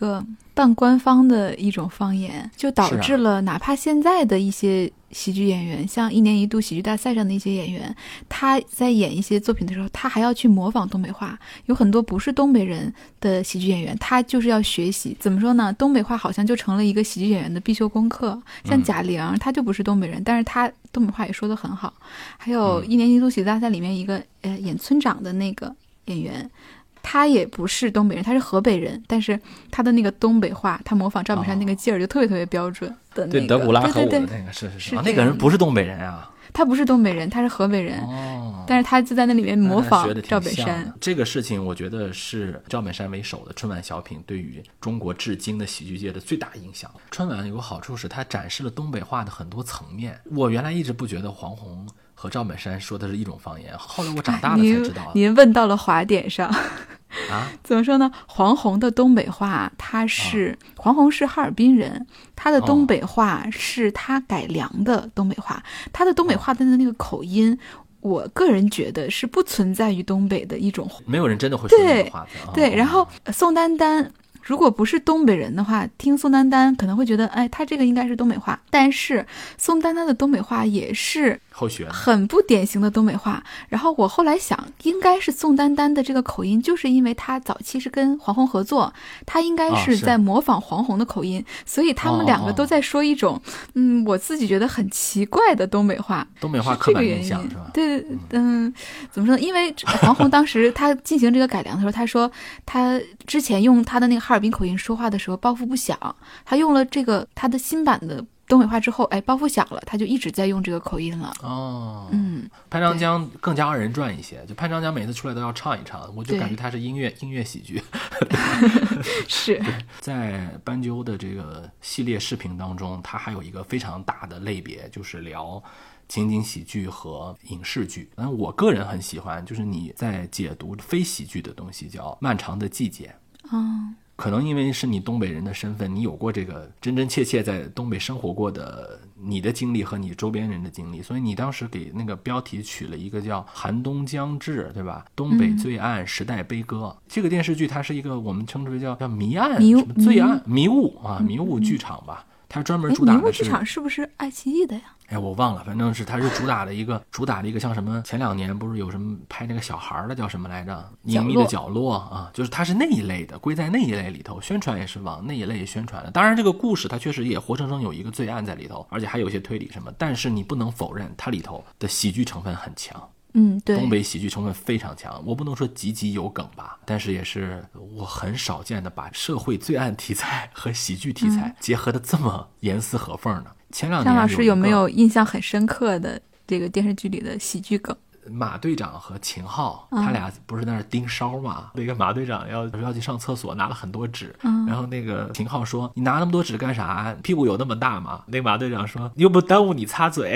半官方的一种方言，就导致了哪怕现在的一些喜剧演员，像1年1度喜剧大赛上的一些演员，他在演一些作品的时候，他还要去模仿东北话。有很多不是东北人的喜剧演员，他就是要学习。怎么说呢？东北话好像就成了一个喜剧演员的必修功课。像贾玲，他就不是东北人，但是他东北话也说得很好。还有1年1度喜剧大赛里面一个演村长的那个演员。他也不是东北人，他是河北人，但是他的那个东北话，他模仿赵本山那个劲儿就特别特别标准的那个。 对，德古拉和我的那个是那个人不是东北人啊， 他不是东北人，他是河北人。但是他就在那里面模仿赵本山。 这个事情我觉得是赵本山为首的春晚小品对于中国至今的喜剧界的最大影响。春晚有个好处是它展示了东北话的很多层面。我原来一直不觉得黄宏和赵本山说的是一种方言，后来我长大了才知道。 您问到了滑点上。怎么说呢？黄宏的东北话，黄宏是哈尔滨人，他的东北话是他改良的东北话，他的东北话的那个口音，我个人觉得是不存在于东北的一种， 没有人真的会说那种话的。 对，然后宋丹丹。如果不是东北人的话，听宋丹丹可能会觉得，他这个应该是东北话。但是宋丹丹的东北话也是很不典型的东北话。然后我后来想，应该是宋丹丹的这个口音，就是因为她早期是跟黄宏合作，她应该是在模仿黄宏的口音，所以他们两个都在说一种，我自己觉得很奇怪的东北话。 东北话刻板印象是吧？ 对，怎么说呢？因为黄宏当时他进行这个改良的时候，他说他之前用他的那个哈尔滨口音说话的时候包袱不小，他用了这个他的新版的东北话之后，包袱小了，他就一直在用这个口音了。 潘长江更加二人转一些，就潘长江每次出来都要唱一唱，我就感觉他是音乐喜剧。 是在斑鸠的这个系列视频当中，他还有一个非常大的类别，就是聊情景喜剧和影视剧。我个人很喜欢，就是你在解读非喜剧的东西，叫《漫长的季节》。可能因为是你东北人的身份，你有过这个真真切切在东北生活过的你的经历和你周边人的经历，所以你当时给那个标题取了一个叫寒冬将至，对吧？东北罪案时代悲歌。这个电视剧它是一个我们称之为叫迷案什么罪案迷雾啊，迷雾剧场吧。它专门主打的是迷雾剧场，是不是爱奇艺的呀？ 我忘了，反正是它是主打的一个像什么，前2年不是有什么拍那个小孩的叫什么来着？隐秘的角落啊，就是它是那一类的，归在那一类里头，宣传也是往那一类宣传的。当然这个故事它确实也活生生有一个罪案在里头，而且还有一些推理什么，但是你不能否认它里头的喜剧成分很强。 对， 东北喜剧成分非常强，我不能说集集有梗吧，但是也是我很少见的把社会罪案题材和喜剧题材结合的这么严丝合缝的。前2年张老师有没有印象很深刻的这个电视剧里的喜剧梗？ 马队长和秦昊，他俩不是在那儿盯梢嘛？那个马队长要去上厕所，拿了很多纸，然后那个秦昊说：“你拿那么多纸干啥？屁股有那么大吗？”那个马队长说：“又不耽误你擦嘴。”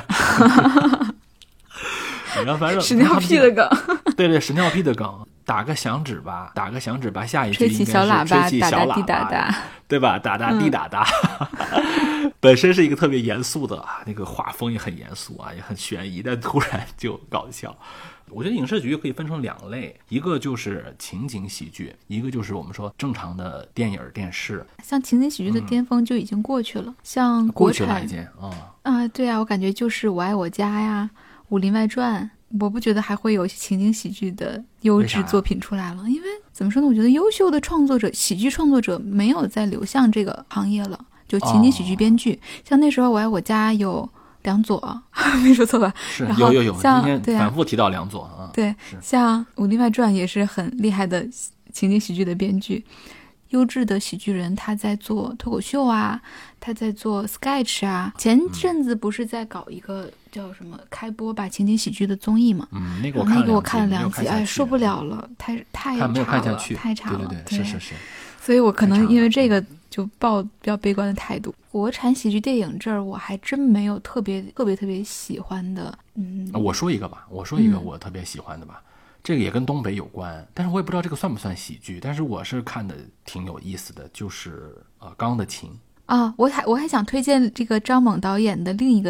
然后反正屎尿屁的梗， 对，屎尿屁的梗，打个响指吧，下一句吹起小喇叭， 吹起小喇叭， 滴答答， 对吧？打打滴答答。本身是一个特别严肃的，那个画风也很严肃啊，也很悬疑，但突然就搞笑。我觉得影视剧可以分成2类，一个就是情景喜剧，一个就是我们说正常的电影电视。 像情景喜剧的巅峰就已经过去了，像国产过去了已经对啊，我感觉就是《我爱我家》呀，《武林外传》，我不觉得还会有情景喜剧的优质作品出来了，因为怎么说呢？我觉得优秀的创作者、喜剧创作者没有再流向这个行业了，就情景喜剧编剧。像那时候《我爱我家》有梁左，没说错吧？ 是，有， 像今天反复提到梁左啊。 对，像《武林外传》也是很厉害的情景喜剧的编剧。优质的喜剧人，他在做脱口秀啊，他在做 sketch 啊。前阵子不是在搞一个叫什么开播吧情景喜剧的综艺嘛？ 那个我看了2集，受不了了，太没有看下去， 太长了。 对，是。 所以我可能因为这个就抱比较悲观的态度。国产喜剧电影这儿我还真没有特别喜欢的。 我说一个我特别喜欢的吧。这个也跟东北有关，但是我也不知道这个算不算喜剧，但是我是看的挺有意思的，就是《钢的琴》 啊。我还想推荐这个张猛导演的另一个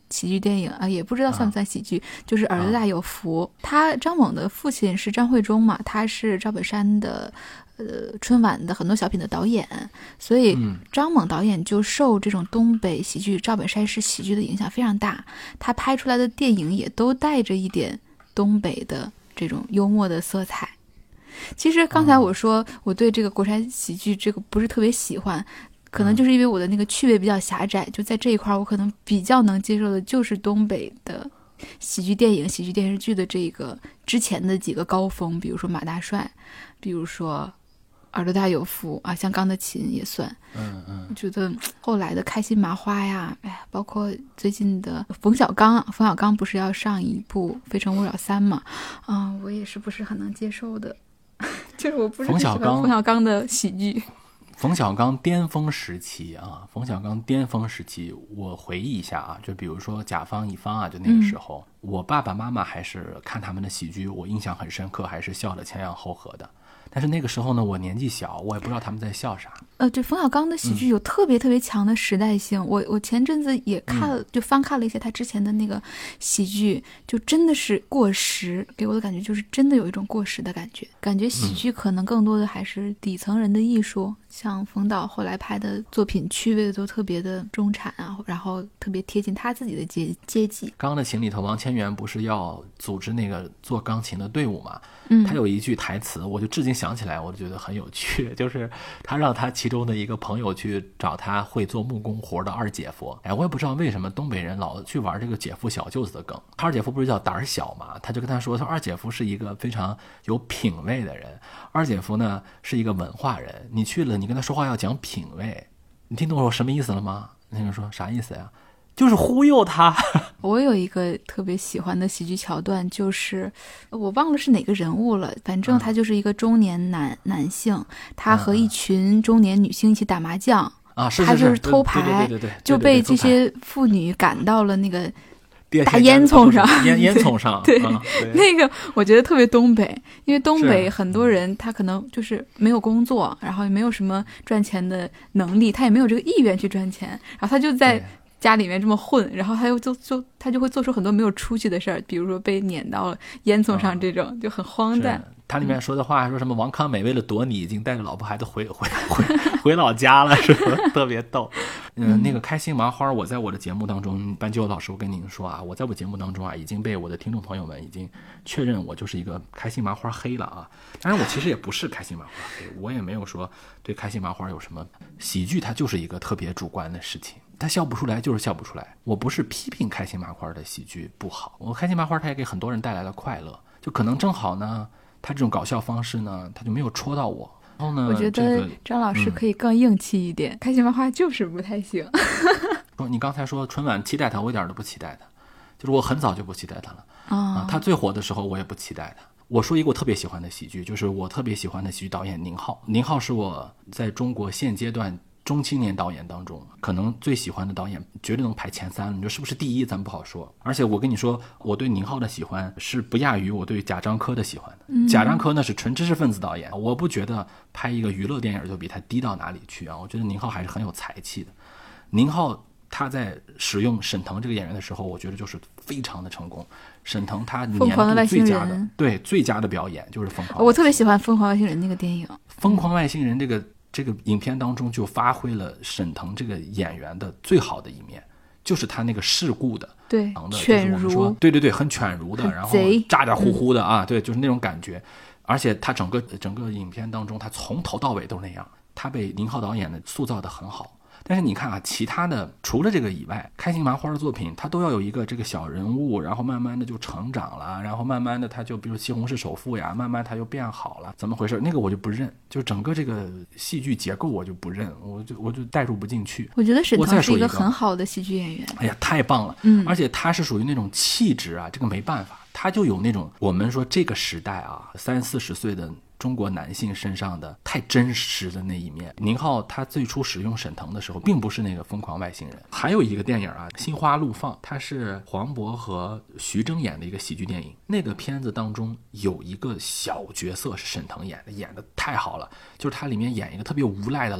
喜剧电影啊，也不知道算不算喜剧，就是《儿子大有福》。他张猛的父亲是张惠忠嘛，他是赵本山的春晚的很多小品的导演，所以张猛导演就受这种东北喜剧、赵本山式喜剧的影响非常大，他拍出来的电影也都带着一点东北的这种幽默的色彩。其实刚才我说我对这个国产喜剧这个不是特别喜欢，可能就是因为我的那个趣味比较狭窄，就在这一块我可能比较能接受的就是东北的喜剧电影、喜剧电视剧的这个之前的几个高峰，比如说马大帅，比如说耳朵大有福啊，像钢的琴也算。我觉得后来的开心麻花呀，哎呀，包括最近的冯小刚不是要上一部《非诚勿扰3》嘛？我也是不是很能接受的，就是我不是很喜欢冯小刚的喜剧。 冯小刚巅峰时期啊，我回忆一下啊，就比如说甲方乙方啊，就那个时候，我爸爸妈妈还是看他们的喜剧，我印象很深刻，还是笑得前仰后合的。但是那个时候呢，我年纪小，我也不知道他们在笑啥。 对，冯小刚的喜剧有特别特别强的时代性。我前阵子也看了，就翻看了一些他之前的那个喜剧，就真的是过时，给我的感觉就是真的有一种过时的感觉。感觉喜剧可能更多的还是底层人的艺术，像冯导后来拍的作品，趣味都特别的中产啊，然后特别贴近他自己的阶级。 钢的琴里头，王千源不是要组织那个做钢琴的队伍嘛？他有一句台词，我就至今想起来，我就觉得很有趣，就是他让他其中的一个朋友去找他会做木工活的二姐夫。我也不知道为什么东北人老去玩这个姐夫小舅子的梗。他二姐夫不是叫胆小嘛，他就跟他说，他二姐夫是一个非常有品位的人，二姐夫呢是一个文化人，你去了你跟他说话要讲品位，你听懂我什么意思了吗？那个说啥意思呀？就是忽悠他。 我有一个特别喜欢的喜剧桥段，就是我忘了是哪个人物了，反正他就是一个中年男性，他和一群中年女性一起打麻将啊， 他就是偷牌，就被这些妇女赶到了那个大烟囱上， 烟囱上。 对，那个我觉得特别东北，因为东北很多人他可能就是没有工作，然后也没有什么赚钱的能力，他也没有这个意愿去赚钱，然后他就在家里面这么混，然后他就会做出很多没有出息的事儿，比如说被撵到了烟囱上，这种就很荒诞。 他里面说的话说什么王康美为了躲你已经带着老婆孩子回老家了，是吧？特别逗。那个开心麻花，我在我的节目当中，班鸠老师，我跟您说啊，我在我节目当中啊，已经被我的听众朋友们已经确认我就是一个开心麻花黑了啊。当然我其实也不是开心麻花黑，我也没有说对开心麻花有什么。喜剧它就是一个特别主观的事情，他笑不出来就是笑不出来。我不是批评开心麻花的喜剧不好，我开心麻花它也给很多人带来了快乐，就可能正好呢他这种搞笑方式呢他就没有戳到我。然后呢， 我觉得张老师可以更硬气一点，开心麻花就是不太行。 你刚才说春晚期待他，我一点都不期待他，就是我很早就不期待他了他最火的时候我也不期待他。我说一个我特别喜欢的喜剧，就是我特别喜欢的喜剧导演宁浩是我在中国现阶段中青年导演当中可能最喜欢的导演，绝对能排前3，你说是不是第一咱不好说。而且我跟你说，我对宁浩的喜欢是不亚于我对贾樟柯的喜欢的。贾樟柯呢是纯知识分子导演，我不觉得拍一个娱乐电影就比他低到哪里去啊。我觉得宁浩还是很有才气的。宁浩他在使用沈腾这个演员的时候，我觉得就是非常的成功。沈腾他年度最佳的最佳的表演就是疯狂。 我特别喜欢《疯狂外星人》那个电影。 疯狂外星人这个影片当中就发挥了沈腾这个演员的最好的一面，就是他那个世故的， 对，犬儒， 对，很犬儒的，然后咋咋呼呼的啊，对，就是那种感觉。而且他整个影片当中，他从头到尾都那样，他被宁浩导演的塑造的很好。但是你看啊，其他的除了这个以外，开心麻花的作品他都要有一个这个小人物，然后慢慢的就成长了，然后慢慢的他就比如西红柿首富呀，慢慢他就变好了，怎么回事？那个我就不认，就整个这个戏剧结构我就不认，我就带入不进去。 我觉得沈腾是一个很好的喜剧演员。 哎呀，太棒了！而且他是属于那种气质啊，这个没办法，他就有那种我们说这个时代啊，30-40岁的中国男性身上的太真实的那一面。宁浩他最初使用沈腾的时候并不是那个疯狂外星人。还有一个电影啊，心花怒放，它是黄渤和徐峥演的一个喜剧电影。那个片子当中有一个小角色是沈腾演的太好了，就是他里面演一个特别无赖的老板，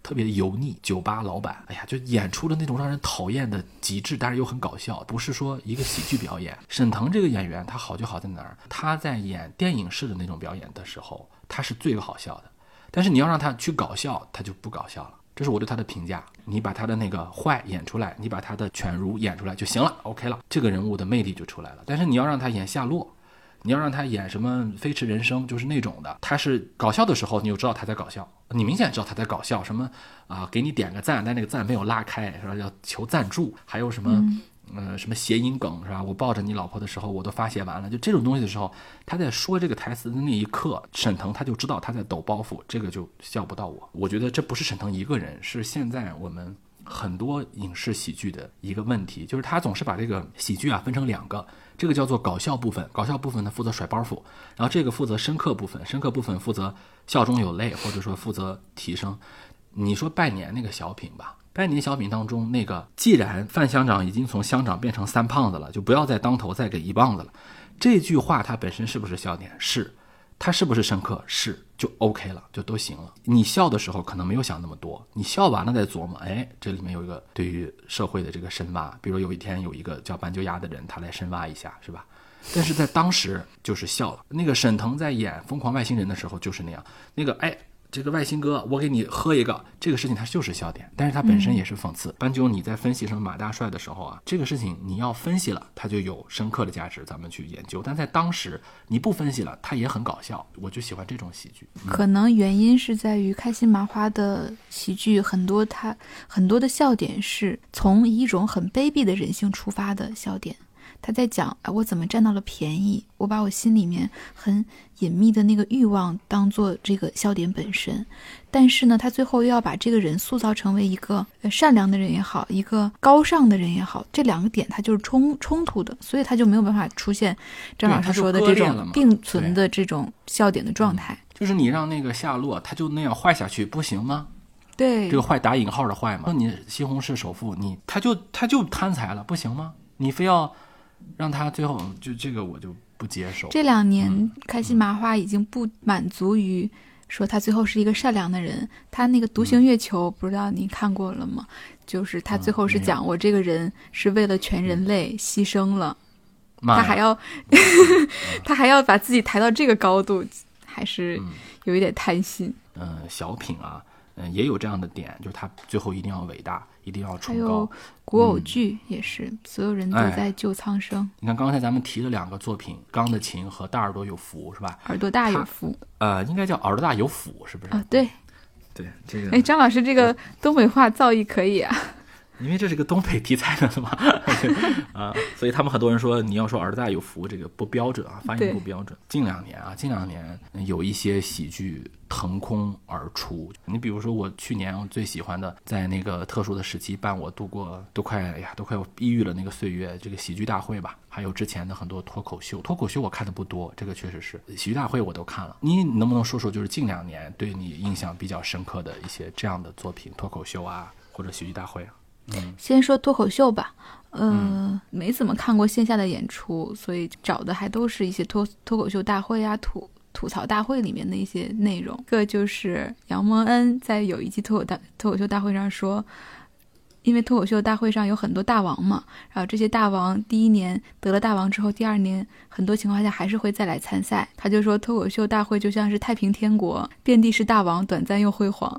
特别油腻，酒吧老板，哎呀，就演出的那种让人讨厌的极致，但是又很搞笑，不是说一个喜剧表演。沈腾这个演员他好就好在哪儿？他在演电影式的那种表演的时候，他是最好笑的，但是你要让他去搞笑，他就不搞笑了。这是我对他的评价。你把他的那个坏演出来，你把他的犬儒演出来就行了 ，OK 了，这个人物的魅力就出来了。但是你要让他演夏洛，你要让他演什么飞驰人生，就是那种的，他是搞笑的时候你就知道他在搞笑，你明显知道他在搞笑，什么给你点个赞，但那个赞没有拉开，是吧？要求赞助，还有什么什么谐音梗，是吧？我抱着你老婆的时候我都发泄完了，就这种东西的时候，他在说这个台词的那一刻，沈腾他就知道他在抖包袱，这个就笑不到我。我觉得这不是沈腾一个人，是现在我们很多影视喜剧的一个问题，就是他总是把这个喜剧分成两个，这个叫做搞笑部分，搞笑部分呢负责甩包袱，然后这个负责深刻部分，深刻部分负责笑中有泪，或者说负责提升。你说拜年那个小品吧，拜年小品当中那个，既然范乡长已经从乡长变成三胖子了，就不要再当头再给一棒子了，这句话它本身是不是笑点？是。它是不是深刻？是，就 OK 了，就都行了。你笑的时候可能没有想那么多，你笑完了再琢磨，哎，这里面有一个对于社会的这个深挖，比如有一天有一个叫斑鸠鸭的人，他来深挖一下，是吧？但是在当时就是笑了。那个沈腾在演《疯狂外星人》的时候就是那样，那个哎，这个外星哥，我给你喝一个，这个事情它就是笑点，但是它本身也是讽刺。斑鸠，你在分析什么马大帅的时候这个事情你要分析了，它就有深刻的价值，咱们去研究。但在当时你不分析了，它也很搞笑。我就喜欢这种喜剧。 可能原因是在于开心麻花的喜剧很多的笑点是从一种很卑鄙的人性出发的笑点。他在讲我怎么占到了便宜，我把我心里面很隐秘的那个欲望当做这个笑点本身，但是呢他最后又要把这个人塑造成为一个善良的人也好，一个高尚的人也好，这两个点他就是冲突的，所以他就没有办法出现张老师说的这种并存的这种笑点的状态。 就是你让那个夏洛他就那样坏下去不行吗？ 对， 这个坏打引号的坏嘛，你西红柿首富，他就贪财了不行吗？你非要让他最后就这个我就不接受。 这2年开心麻花已经不满足于说他最后是一个善良的人，他那个独行月球不知道你看过了吗？就是他最后是讲我这个人是为了全人类牺牲了，他还要他还要把自己抬到这个高度，还是有一点贪心。 小品也有这样的点，就是他最后一定要伟大，一定要崇高。 还有古偶剧也是，所有人都在救苍生。 你看刚才咱们提了2个作品，钢的琴和大耳朵有福，是吧？ 耳朵大有福， 应该叫耳朵大有福，是不是？ 对， 这个。 张老师这个东北话造诣可以啊。 因为这是个东北题材的嘛所以他们很多人说你要说耳朵大有福，这个不标准发音不标准。近两年有一些喜剧腾空而出。你比如说我去年我最喜欢的，在那个特殊的时期伴我度过都快抑郁了那个岁月，这个喜剧大会吧，还有之前的很多脱口秀我看的不多，这个确实是喜剧大会我都看了。你能不能说说就是近2年对你印象比较深刻的一些这样的作品，脱口秀或者喜剧大会先说脱口秀吧，没怎么看过线下的演出，所以找的还都是一些脱口秀大会吐槽大会里面的一些内容。一个就是杨蒙恩在有一期脱口秀大会上说，因为脱口秀大会上有很多大王嘛，然后这些大王第1年得了大王之后，第2年很多情况下还是会再来参赛。他就说脱口秀大会就像是太平天国，遍地是大王，短暂又辉煌。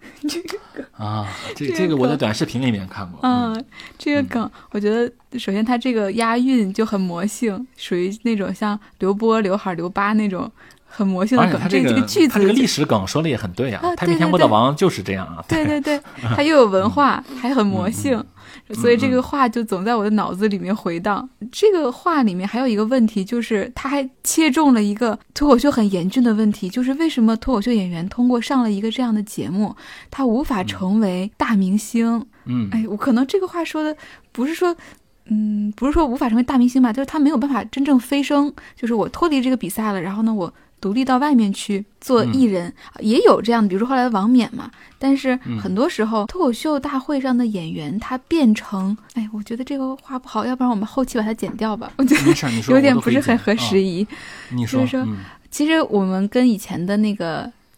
这个我在短视频里面看过。 这个梗我觉得首先它这个押韵就很魔性，属于那种像刘波、刘海、刘八那种很魔性的梗。这个句子它这个历史梗说的也很对太平天国的王就是这样对它又有文化还很魔性所以这个话就总在我的脑子里面回荡。这个话里面还有一个问题，就是他还切中了一个脱口秀很严峻的问题，就是为什么脱口秀演员通过上了一个这样的节目，他无法成为大明星。我可能这个话说的不是说无法成为大明星吧，就是他没有办法真正飞升，就是我脱离这个比赛了，然后呢我独立到外面去做艺人，也有这样的，比如说后来的王冕嘛。但是很多时候脱口秀大会上的演员他变成我觉得这个话不好，要不然我们后期把它剪掉吧，我觉得有点不是很合时宜。 你说就是说其实我们跟以前的那个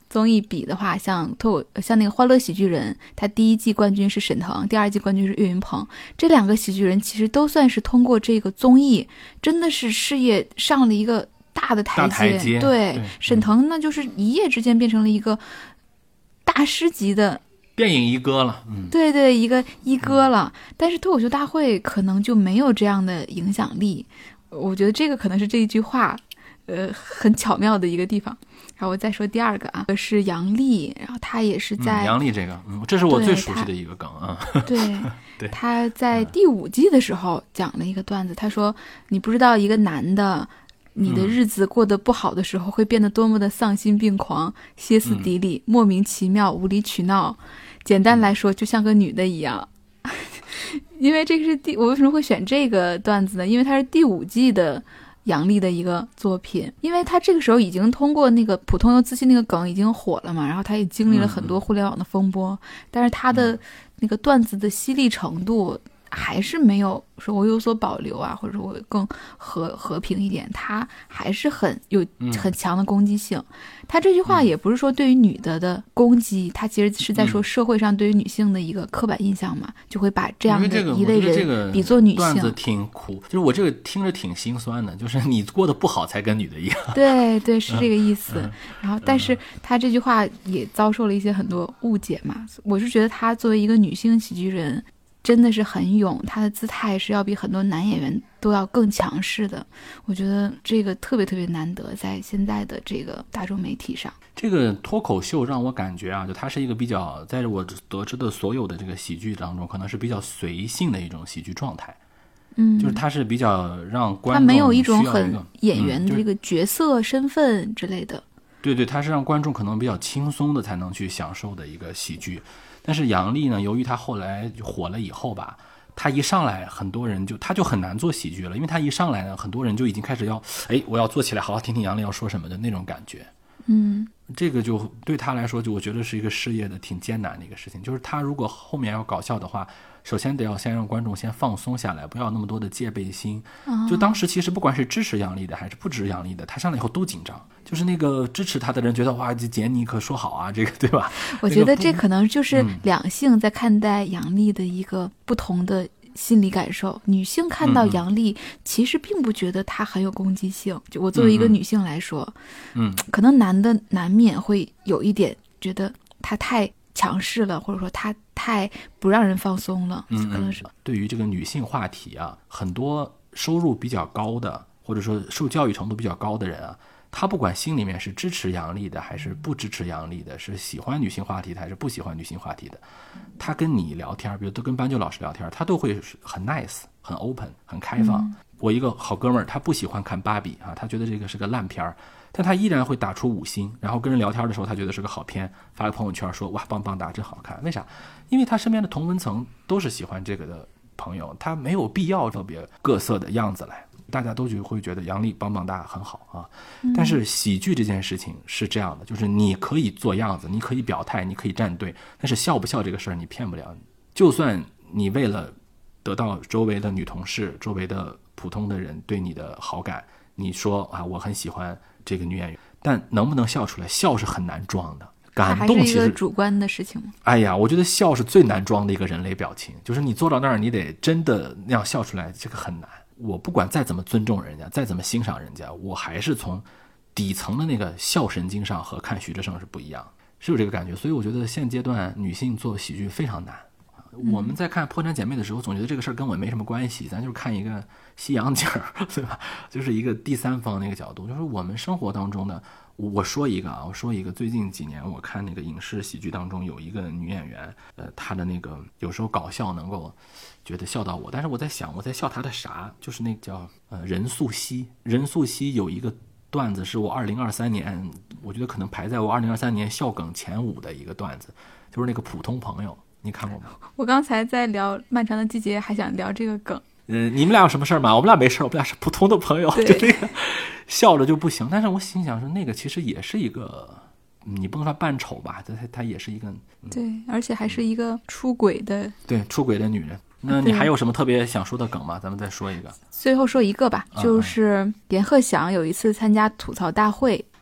综艺比的话，像那个《欢乐喜剧人》，他第一季冠军是沈腾，第二季冠军是岳云鹏，这两个喜剧人其实都算是通过这个综艺，真的是事业上了一个大的台阶。对，沈腾那就是一夜之间变成了一个大师级的电影一哥了。 对，一个一哥了。但是脱口秀大会可能就没有这样的影响力，我觉得这个可能是这一句话很巧妙的一个地方。然后我再说第二个啊，是杨笠，然后他也是在杨笠这个，这是我最熟悉的一个梗啊。 对，他在第5季的时候讲了一个段子，他说你不知道一个男的，你的日子过得不好的时候会变得多么的丧心病狂、歇斯底里、莫名其妙、无理取闹。简单来说，就像个女的一样。因为这个是我为什么会选这个段子呢？因为它是第5季的杨笠的一个作品，因为他这个时候已经通过那个普通又自信那个梗已经火了嘛，然后他也经历了很多互联网的风波，但是他的那个段子的犀利程度还是没有说我有所保留啊，或者说我更和平一点，他还是很强的攻击性。他这句话也不是说对于女的攻击，他其实是在说社会上对于女性的一个刻板印象嘛，就会把这样的一类人比作女性。 段子挺苦，就是我这个听着挺心酸的，就是你过得不好才跟女的一样。 对，是这个意思。然后但是他这句话也遭受了一些很多误解嘛，我是觉得他作为一个女性喜剧人真的是很勇，他的姿态是要比很多男演员都要更强势的。我觉得这个特别特别难得，在现在的这个大众媒体上。 这个脱口秀让我感觉啊，就它是一个比较，在我得知的所有的这个喜剧当中，可能是比较随性的一种喜剧状态。就是它是比较让观众， 它没有一种很演员的这个角色身份之类的。 对，它是让观众可能比较轻松的才能去享受的一个喜剧。但是杨笠呢，由于他后来火了以后吧，他一上来很多人他就很难做喜剧了，因为他一上来呢，很多人就已经开始要我要做起来好好听听杨笠要说什么的那种感觉。这个就对他来说，就我觉得是一个事业的挺艰难的一个事情。就是他如果后面要搞笑的话，首先得要先让观众先放松下来，不要那么多的戒备心。就当时其实不管是支持杨笠的还是不支持杨笠的，他上来以后都紧张。就是那个支持他的人觉得哇，这姐你可说好啊，这个对吧？ 我觉得这可能就是两性在看待杨笠的一个不同的心理感受。女性看到杨笠其实并不觉得她很有攻击性，就我作为一个女性来说，可能男的难免会有一点觉得她太强势了，或者说她太不让人放松了。可能是对于这个女性话题啊，很多收入比较高的，或者说受教育程度比较高的人啊，他不管心里面是支持杨笠的还是不支持杨笠的，是喜欢女性话题的还是不喜欢女性话题的，他跟你聊天，比如都跟斑鸠老师聊天，他都会很 nice 很 open 很开放。我一个好哥们儿，他不喜欢看芭比啊，他觉得这个是个烂片儿，但他依然会打出5星，然后跟人聊天的时候他觉得是个好片，发个朋友圈说哇棒棒哒真好看。为啥？因为他身边的同温层都是喜欢这个的朋友，他没有必要特别各色的样子来，大家都会觉得杨笠棒棒哒很好啊。但是喜剧这件事情是这样的，就是你可以做样子，你可以表态，你可以站队，但是笑不笑这个事儿你骗不了。就算你为了得到周围的女同事、周围的普通的人对你的好感，你说啊我很喜欢这个女演员，但能不能笑出来？笑是很难装的。感动其实还是一个主观的事情吗？ 哎呀，我觉得笑是最难装的一个人类表情，就是你坐到那儿，你得真的那样笑出来，这个很难。我不管再怎么尊重人家，再怎么欣赏人家，我还是从底层的那个笑神经上和看徐志胜是不一样，是有这个感觉。所以我觉得现阶段女性做喜剧非常难。我们在看《破产姐妹》的时候，总觉得这个事儿跟我没什么关系，咱就是看一个西洋景，对吧？就是一个第三方那个角度，就是我们生活当中的。我说一个，最近几年我看那个影视喜剧当中有一个女演员，她的那个有时候搞笑能够觉得笑到我，但是我在想我在笑她的啥，就是那叫任素汐有一个段子是我2023年，我觉得可能排在我2023年笑梗前5的一个段子，就是那个普通朋友，你看过吗？ 我刚才在聊《漫长的季节》，还想聊这个梗。 你们俩有什么事儿吗？我们俩没事，我们俩是普通的朋友，就这个笑着就不行。但是我心想说，那个其实也是一个，你不能说扮丑吧，他也是一个， 对，而且还是一个出轨的， 对，出轨的女人。那你还有什么特别想说的梗吗？咱们再说一个。 最后说一个吧，就是连鹤翔有一次参加吐槽大会，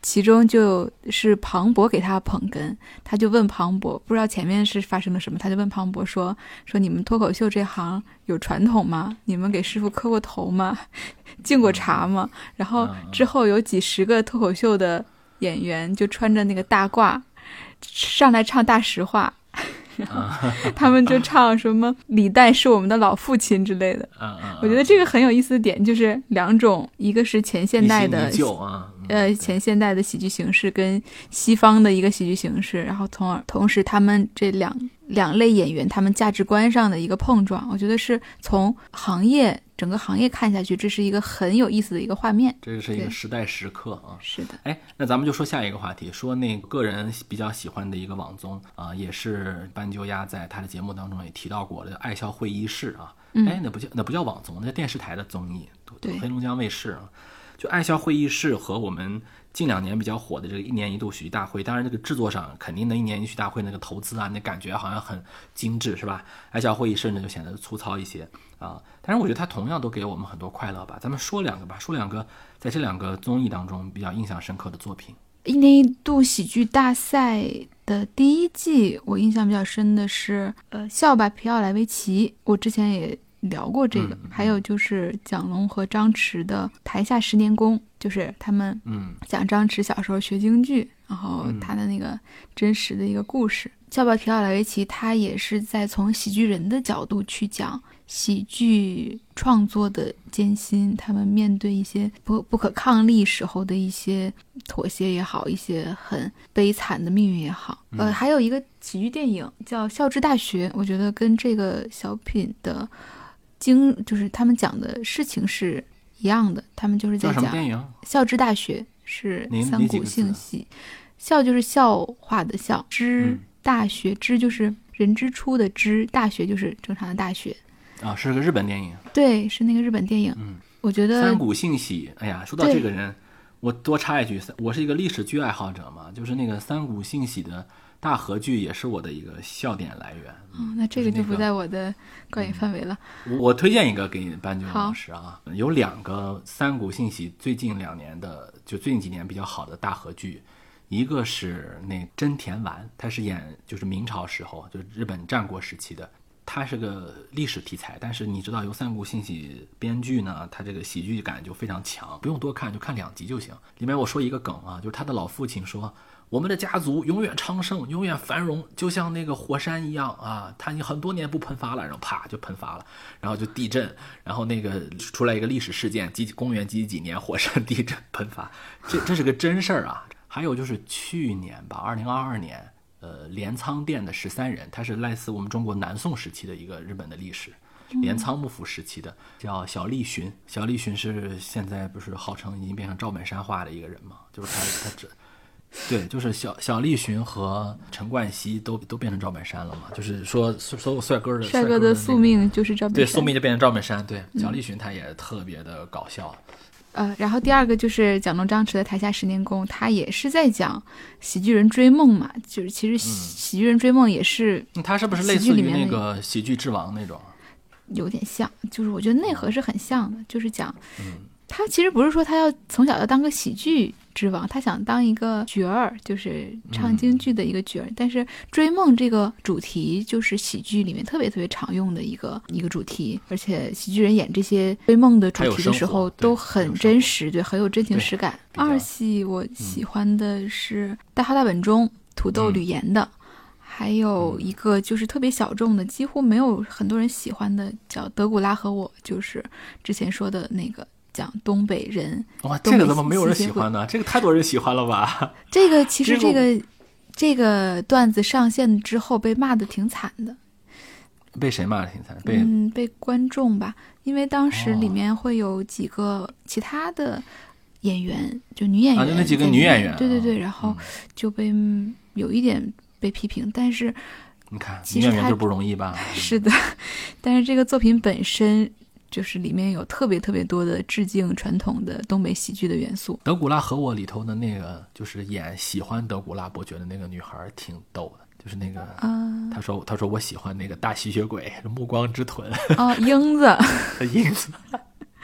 其中就是庞博给他捧哏，他就问庞博，不知道前面是发生了什么，他就问庞博说你们脱口秀这行有传统吗？你们给师傅磕过头吗？敬过茶吗？然后之后有几十个脱口秀的演员就穿着那个大褂上来唱大实话，他们就唱什么李诞是我们的老父亲之类的。我觉得这个很有意思的点就是两种，一个是前现代的前现代的喜剧形式跟西方的一个喜剧形式，然后同时他们这两类演员他们价值观上的一个碰撞，我觉得是从整个行业看下去，这是一个很有意思的一个画面， 这是一个时代时刻啊。 是的。 哎，那咱们就说下一个话题，说那个人比较喜欢的一个网综啊，也是斑鸠鸭在他的节目当中也提到过的爱笑会议室啊。哎，那不叫网综，那电视台的综艺，对，黑龙江卫视啊。就爱笑会议室和我们近2年比较火的这个1年1度喜剧大会，当然这个制作上肯定的1年1度喜剧大会那个投资啊，那感觉好像很精致是吧？爱笑会议室呢就显得粗糙一些啊，但是我觉得它同样都给我们很多快乐吧。咱们说两个在这2个综艺当中比较印象深刻的作品。 1年1度喜剧大赛的第1季，我印象比较深的是笑吧皮奥莱维奇，我之前也聊过这个。还有就是蒋龙和张弛的台下10年功，就是他们讲张弛小时候学京剧，然后他的那个真实的一个故事。笑吧皮奥莱维奇他也是在从喜剧人的角度去讲喜剧创作的艰辛，他们面对一些不可抗力时候的一些妥协也好，一些很悲惨的命运也好。还有一个喜剧电影叫《笑之大学》，我觉得跟这个小品的就是他们讲的事情是一样的，他们就是在讲《笑之大学》是三股性喜，笑就是笑话的笑，大学之就是人之初的之，大学就是正常的大学啊，是个日本电影。 对，是那个日本电影。我觉得三股幸喜，哎呀，说到这个人，我多插一句，我是一个历史剧爱好者嘛，就是那个三股幸喜的大河剧也是我的一个笑点来源。 那这个就不在我的观影范围了。 我推荐一个给你斑鸠老师啊，有2个三股幸喜最近2年的，就最近几年比较好的大河剧。一个是那真田丸，他是演就是明朝时候，就是日本战国时期的，他是个历史题材，但是你知道由三股幸喜编剧呢，他这个喜剧感就非常强，不用多看，就看2集就行。里面我说一个梗啊，就是他的老父亲说，我们的家族永远昌盛，永远繁荣，就像那个火山一样啊，他已经很多年不喷发了，然后啪就喷发了，然后就地震，然后那个出来一个历史事件，公元几年火山地震喷发，这是个真事儿啊。还有就是去年吧，2022年，镰仓店的13人，他是类似我们中国南宋时期的一个日本的历史，镰仓幕府时期的，叫小栗旬。小栗旬是现在不是号称已经变成赵本山化的一个人嘛？就是他对，就是小栗旬和陈冠希都变成赵本山了嘛？就是说所有帅哥的宿命就是赵本山， 对，宿命就变成赵本山。对，小栗旬他也特别的搞笑。 然后第2个就是蒋龙张弛的台下10年功，他也是在讲喜剧人追梦嘛，就是其实喜剧人追梦也是， 他是不是类似于那个喜剧之王那种？ 有点像，就是我觉得内核是很像的，就是讲，他其实不是说他从小要当个喜剧之王，他想当一个角儿，就是唱京剧的一个角儿。但是追梦这个主题就是喜剧里面特别特别常用的一个主题，而且喜剧人演这些追梦的主题的时候都很真实，对，很有真情实感。2系我喜欢的是大号大本钟、土豆吕岩的。还有一个就是特别小众的，几乎没有很多人喜欢的，叫德古拉和我，就是之前说的那个讲东北人。 哇，这个怎么没有人喜欢呢？这个太多人喜欢了吧？ 这个其实这个段子上线之后被骂的挺惨的。 被谁骂的挺惨？ 被观众吧，因为当时里面会有几个其他的演员，就女演员， 那几个女演员， 对，然后就被有一点被批评，但是你看女演员就不容易吧？ 是的，但是这个作品本身就是里面有特别特别多的致敬传统的东北喜剧的元素。 德古拉和我里头的那个就是演喜欢德古拉伯爵的那个女孩挺逗的，就是那个她说我喜欢那个大吸血鬼暮光之臀英子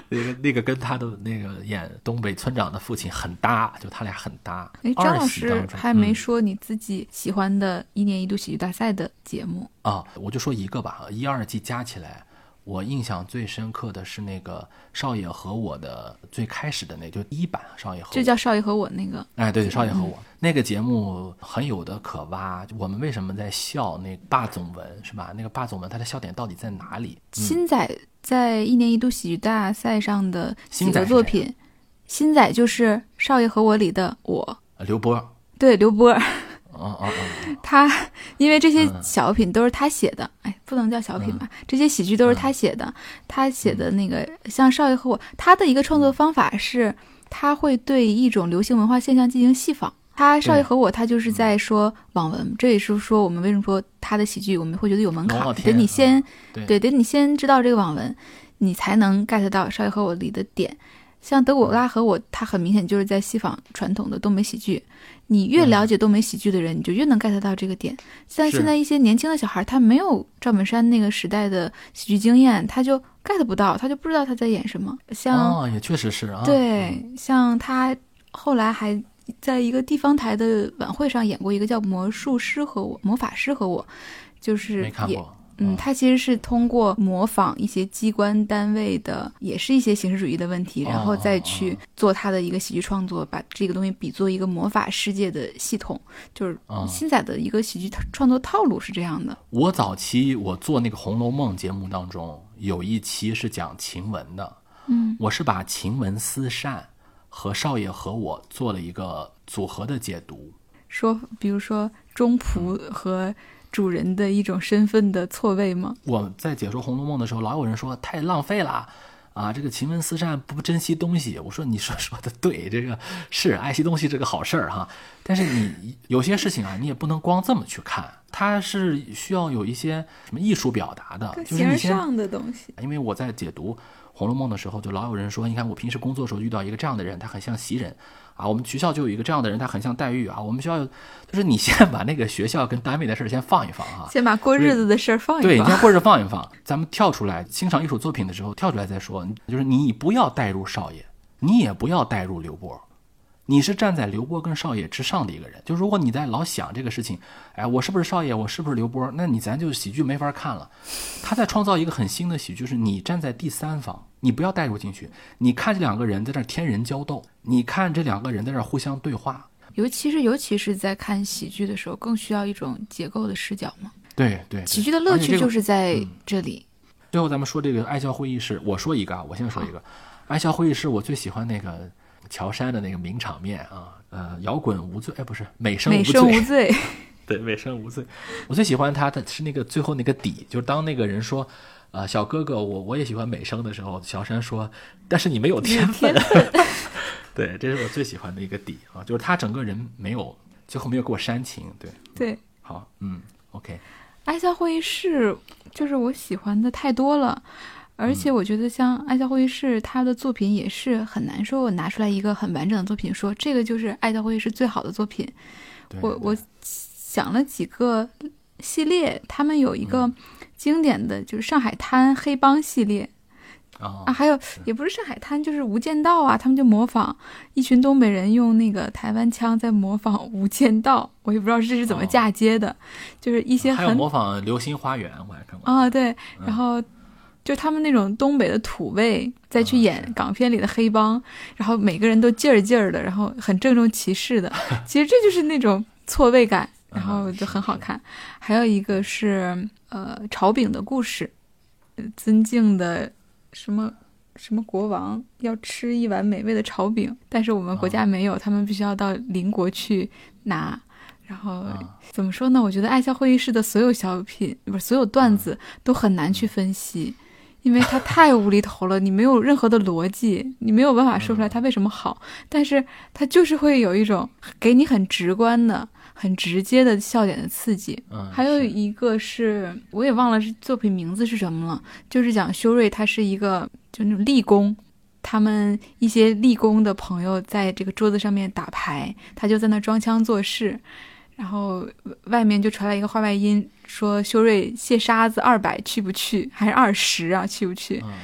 那个跟他的那个演东北村长的父亲很搭，就他俩很搭。 张老师还没说你自己喜欢的一年一度喜剧大赛的节目啊，我就说一个吧，1、2季加起来，我印象最深刻的是那个少爷和我的最开始的那就第一版少爷和我， 就叫少爷和我那个。 哎，对，少爷和我、那个节目很有的可挖。我们为什么在笑那霸总文是吧？那个霸总文他的笑点到底在哪里？ 新仔在一年一度喜剧大赛上的几个作品，新仔就是少爷和我里的我， 刘波， 对，刘波。他因为这些小品都是他写的，不能叫小品吧，这些喜剧都是他写的。他写的那个像少爷和我，他的一个创作方法是他会对一种流行文化现象进行细仿。他少爷和我，他就是在说网文，这也是说我们为什么说他的喜剧我们会觉得有门槛，得你先得你先知道这个网文，你才能 get 到少爷和我里的点。像德古拉和我，他很明显就是在细仿传统的东北喜剧。你越了解东北喜剧的人，你就越能 get 到这个点。像现在一些年轻的小孩，他没有赵本山那个时代的喜剧经验，他就 get 不到，他就不知道他在演什么。像也确实是啊。 对，像他后来还在一个地方台的晚会上演过一个叫《魔术师和我》，魔法师和我，就是没看过。 他其实是通过模仿一些机关单位的，也是一些形式主义的问题，然后再去做他的一个喜剧创作，把这个东西比作一个魔法世界的系统，就是新仔的一个喜剧创作套路是这样的。 我早期我做那个《红楼梦》节目当中，有一期是讲晴雯的，我是把晴雯思善和少爷和我做了一个组合的解读， 说比如说中仆和主人的一种身份的错位吗？ 我在解说《红楼梦》的时候，老有人说太浪费了啊，这个晴雯思善不珍惜东西。我说你说的对，这个是爱惜东西这个好事儿哈，但是你有些事情啊，你也不能光这么去看，它是需要有一些什么艺术表达的，就是你形而上的东西。 因为我在解读《红楼梦》的时候，就老有人说，你看我平时工作的时候遇到一个这样的人，他很像袭人啊，我们学校就有一个这样的人，他很像黛玉啊，我们学校就是你先把那个学校跟单位的事先放一放啊， 先把过日子的事放一放， 对，你先过日子放一放，咱们跳出来欣赏艺术作品的时候跳出来再说，就是你不要带入少爷，你也不要带入刘波，你是站在刘波跟少爷之上的一个人。就如果你在老想这个事情，我是不是少爷，我是不是刘波，那咱就喜剧没法看了。他在创造一个很新的喜剧，就是你站在第三方，你不要带入进去，你看这两个人在这天人交斗，你看这两个人在这互相对话。 尤其是在看喜剧的时候，更需要一种结构的视角嘛。 对对， 喜剧的乐趣就是在这里。 最后咱们说这个爱笑会议室，我说一个，我先说一个。爱笑会议室我最喜欢那个乔杉的那个名场面啊，摇滚无罪，不是美声无罪，对，美声无罪。我最喜欢他的是那个最后那个底，就是当那个人说小哥哥我也喜欢美声的时候，乔杉说但是你没有天分。对，这是我最喜欢的一个底啊，就是他整个人最后没有给我煽情。对，好，OK。 爱笑会议室就是我喜欢的太多了，而且我觉得像爱笑会议室他的作品也是很难说我拿出来一个很完整的作品说这个就是爱笑会议室最好的作品。我想了几个系列，他们有一个经典的就是上海滩黑帮系列还有也不是上海滩，就是无间道啊，他们就模仿一群东北人用那个台湾腔在模仿无间道，我也不知道这是怎么嫁接的，就是一些还有模仿流星花园我还看过对，然后就他们那种东北的土味再去演港片里的黑帮，然后每个人都劲儿的，然后很郑重其事的，其实这就是那种错位感，然后就很好看。还有一个是炒饼的故事，尊敬的什么国王要吃一碗美味的炒饼，但是我们国家没有，他们必须要到邻国去拿。然后怎么说呢，我觉得爱笑会议室的所有小品不是所有段子都很难去分析，因为它太无厘头了，你没有任何的逻辑，你没有办法说出来它为什么好，但是它就是会有一种给你很直观的很直接的笑点的刺激。还有一个是我也忘了是作品名字是什么了，就是讲修睿他是一个就那种力工，他们一些力工的朋友在这个桌子上面打牌，他就在那装腔作势，然后外面就传来一个话外音说修睿卸沙子200去不去，还是20啊去不去，然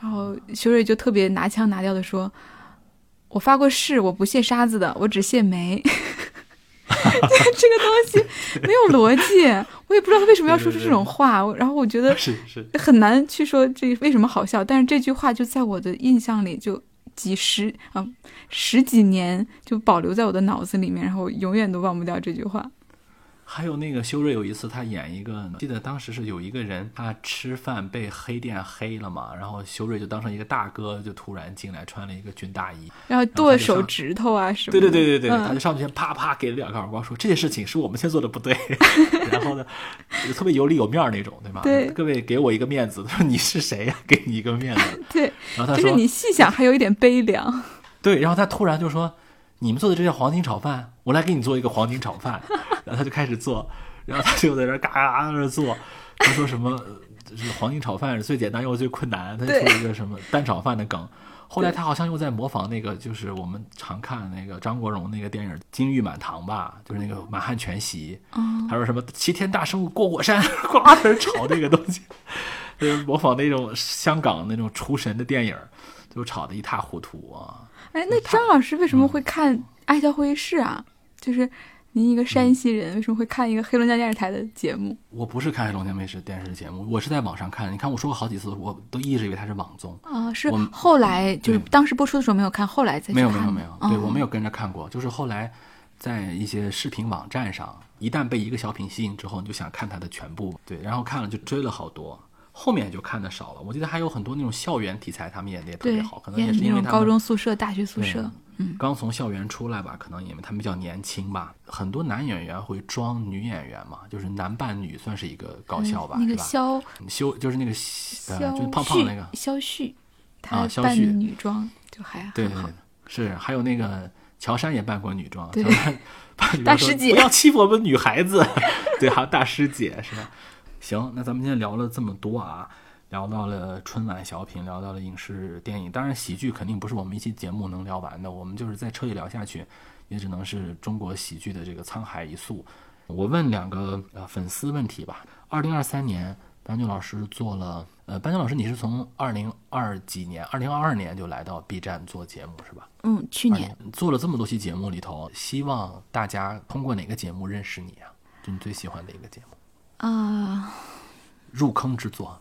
然后修睿就特别拿腔拿调的说，我发过誓我不卸沙子的，我只卸煤。这个东西没有逻辑，我也不知道他为什么要说出这种话。然后我觉得很难去说这为什么好笑，但是这句话就在我的印象里就十几年就保留在我的脑子里面，然后我永远都忘不掉这句话。 还有那个修睿有一次他演一个，记得当时是有一个人他吃饭被黑店黑了嘛，然后修睿就当成一个大哥，就突然进来穿了一个军大衣， 然后剁手指头啊什么的。 对，他就上去啪啪给了2个耳光，说这件事情是我们先做的不对。然后呢就特别有理有面那种，对吧？ 对， 各位给我一个面子。他说你是谁呀？给你一个面子。 对， 然后他说就是你细想还有一点悲凉。 对，然后他突然就说你们做的这叫黄金炒饭，我来给你做一个黄金炒饭。然后他就开始做，然后他就在那嘎嘎在那做，他说什么就是黄金炒饭是最简单又最困难，他就说一个什么单炒饭的梗。后来他好像又在模仿那个就是我们常看那个张国荣那个电影《金玉满堂》吧，就是那个满汉全席。他说什么齐天大圣过火山，呱在炒这个东西，就是模仿那种香港那种厨神的电影，就炒得一塌糊涂啊。 哎，那张老师为什么会看《爱笑会议室》啊？就是您一个山西人，为什么会看一个黑龙江电视台的节目？ 我不是看黑龙江电视节目，我是在网上看。你看我说过好几次，我都一直以为它是网综啊。是后来就是当时播出的时候没有看，后来再去看。 没有，对，我没有跟着看过。就是后来在一些视频网站上，一旦被一个小品吸引之后，你就想看它的全部。对，然后看了就追了好多。后面就看的少了，我记得还有很多那种校园题材，他们演的也特别好，可能也是因为他们高中宿舍、大学宿舍， 刚从校园出来吧，可能因为他们比较年轻吧。很多男演员会装女演员嘛，就是男扮女，算是一个高校吧， 那个就是那个就是胖胖那个肖旭，他扮女装就还对，是还有那个乔杉也扮过女装， 对， 乔杉大师姐不要欺负我们女孩子，对，还有大师姐是吧？行，那咱们今天聊了这么多啊，聊到了春晚小品，聊到了影视电影，当然喜剧肯定不是我们一期节目能聊完的，我们就是再彻底聊下去，也只能是中国喜剧的这个沧海一粟。我问2个粉丝问题吧。2023年，班俊老师做了，班俊老师你是从2022年就来到 B 站做节目是吧？ 去年做了这么多期节目里头，希望大家通过哪个节目认识你啊？就你最喜欢的一个节目。入坑之作。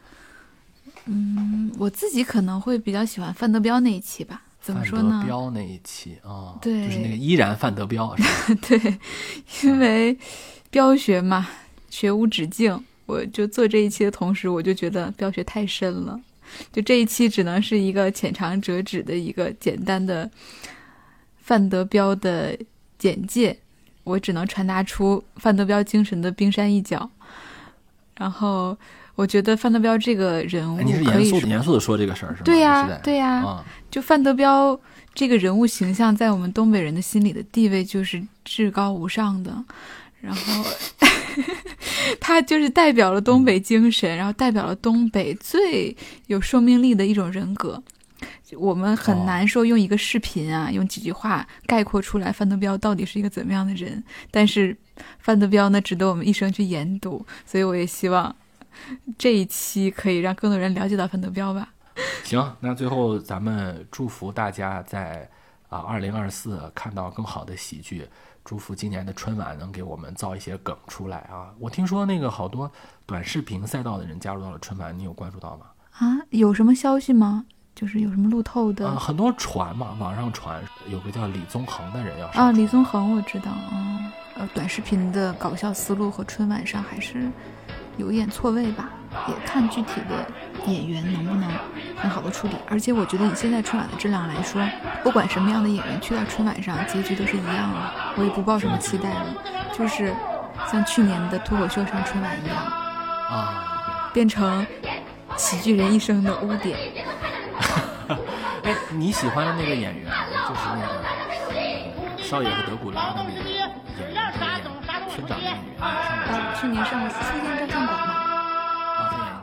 我自己可能会比较喜欢范德彪那一期吧。怎么说呢？ 范德彪那一期啊， 对， 就是那个依然范德彪，是吧？ 对，因为彪学嘛，学无止境。我就做这一期的同时，我就觉得彪学太深了。就这一期只能是一个浅尝辄止的一个简单的范德彪的简介。我只能传达出范德彪精神的冰山一角，然后我觉得范德彪这个人物可以， 你是严肃的说这个事儿是吗？ 对呀，就范德彪这个人物形象在我们东北人的心里的地位就是至高无上的，然后他就是代表了东北精神，然后代表了东北最有生命力的一种人格。我们很难说用一个视频啊，用几句话概括出来范德彪到底是一个怎么样的人，但是范德彪呢值得我们一生去研读，所以我也希望这一期可以让更多人了解到范德彪吧。 行，那最后咱们祝福大家在2024看到更好的喜剧，祝福今年的春晚能给我们造一些梗出来啊！我听说那个好多短视频赛道的人加入到了春晚，你有关注到吗？ 有什么消息吗？就是有什么路透的？ 很多传嘛，网上传有个叫李宗恒的人要上。 李宗恒我知道短视频的搞笑思路和春晚上还是有一点错位吧，也看具体的演员能不能很好的处理。而且我觉得以现在春晚的质量来说，不管什么样的演员去到春晚上，结局都是一样的，我也不抱什么期待了，就是像去年的脱口秀上春晚一样变成喜剧人一生的污点。 哎，你喜欢的那个演员就是那个少爷和德古拉的那个演员，村长的演员， 去年上过《书剑照相馆》吗？ 他演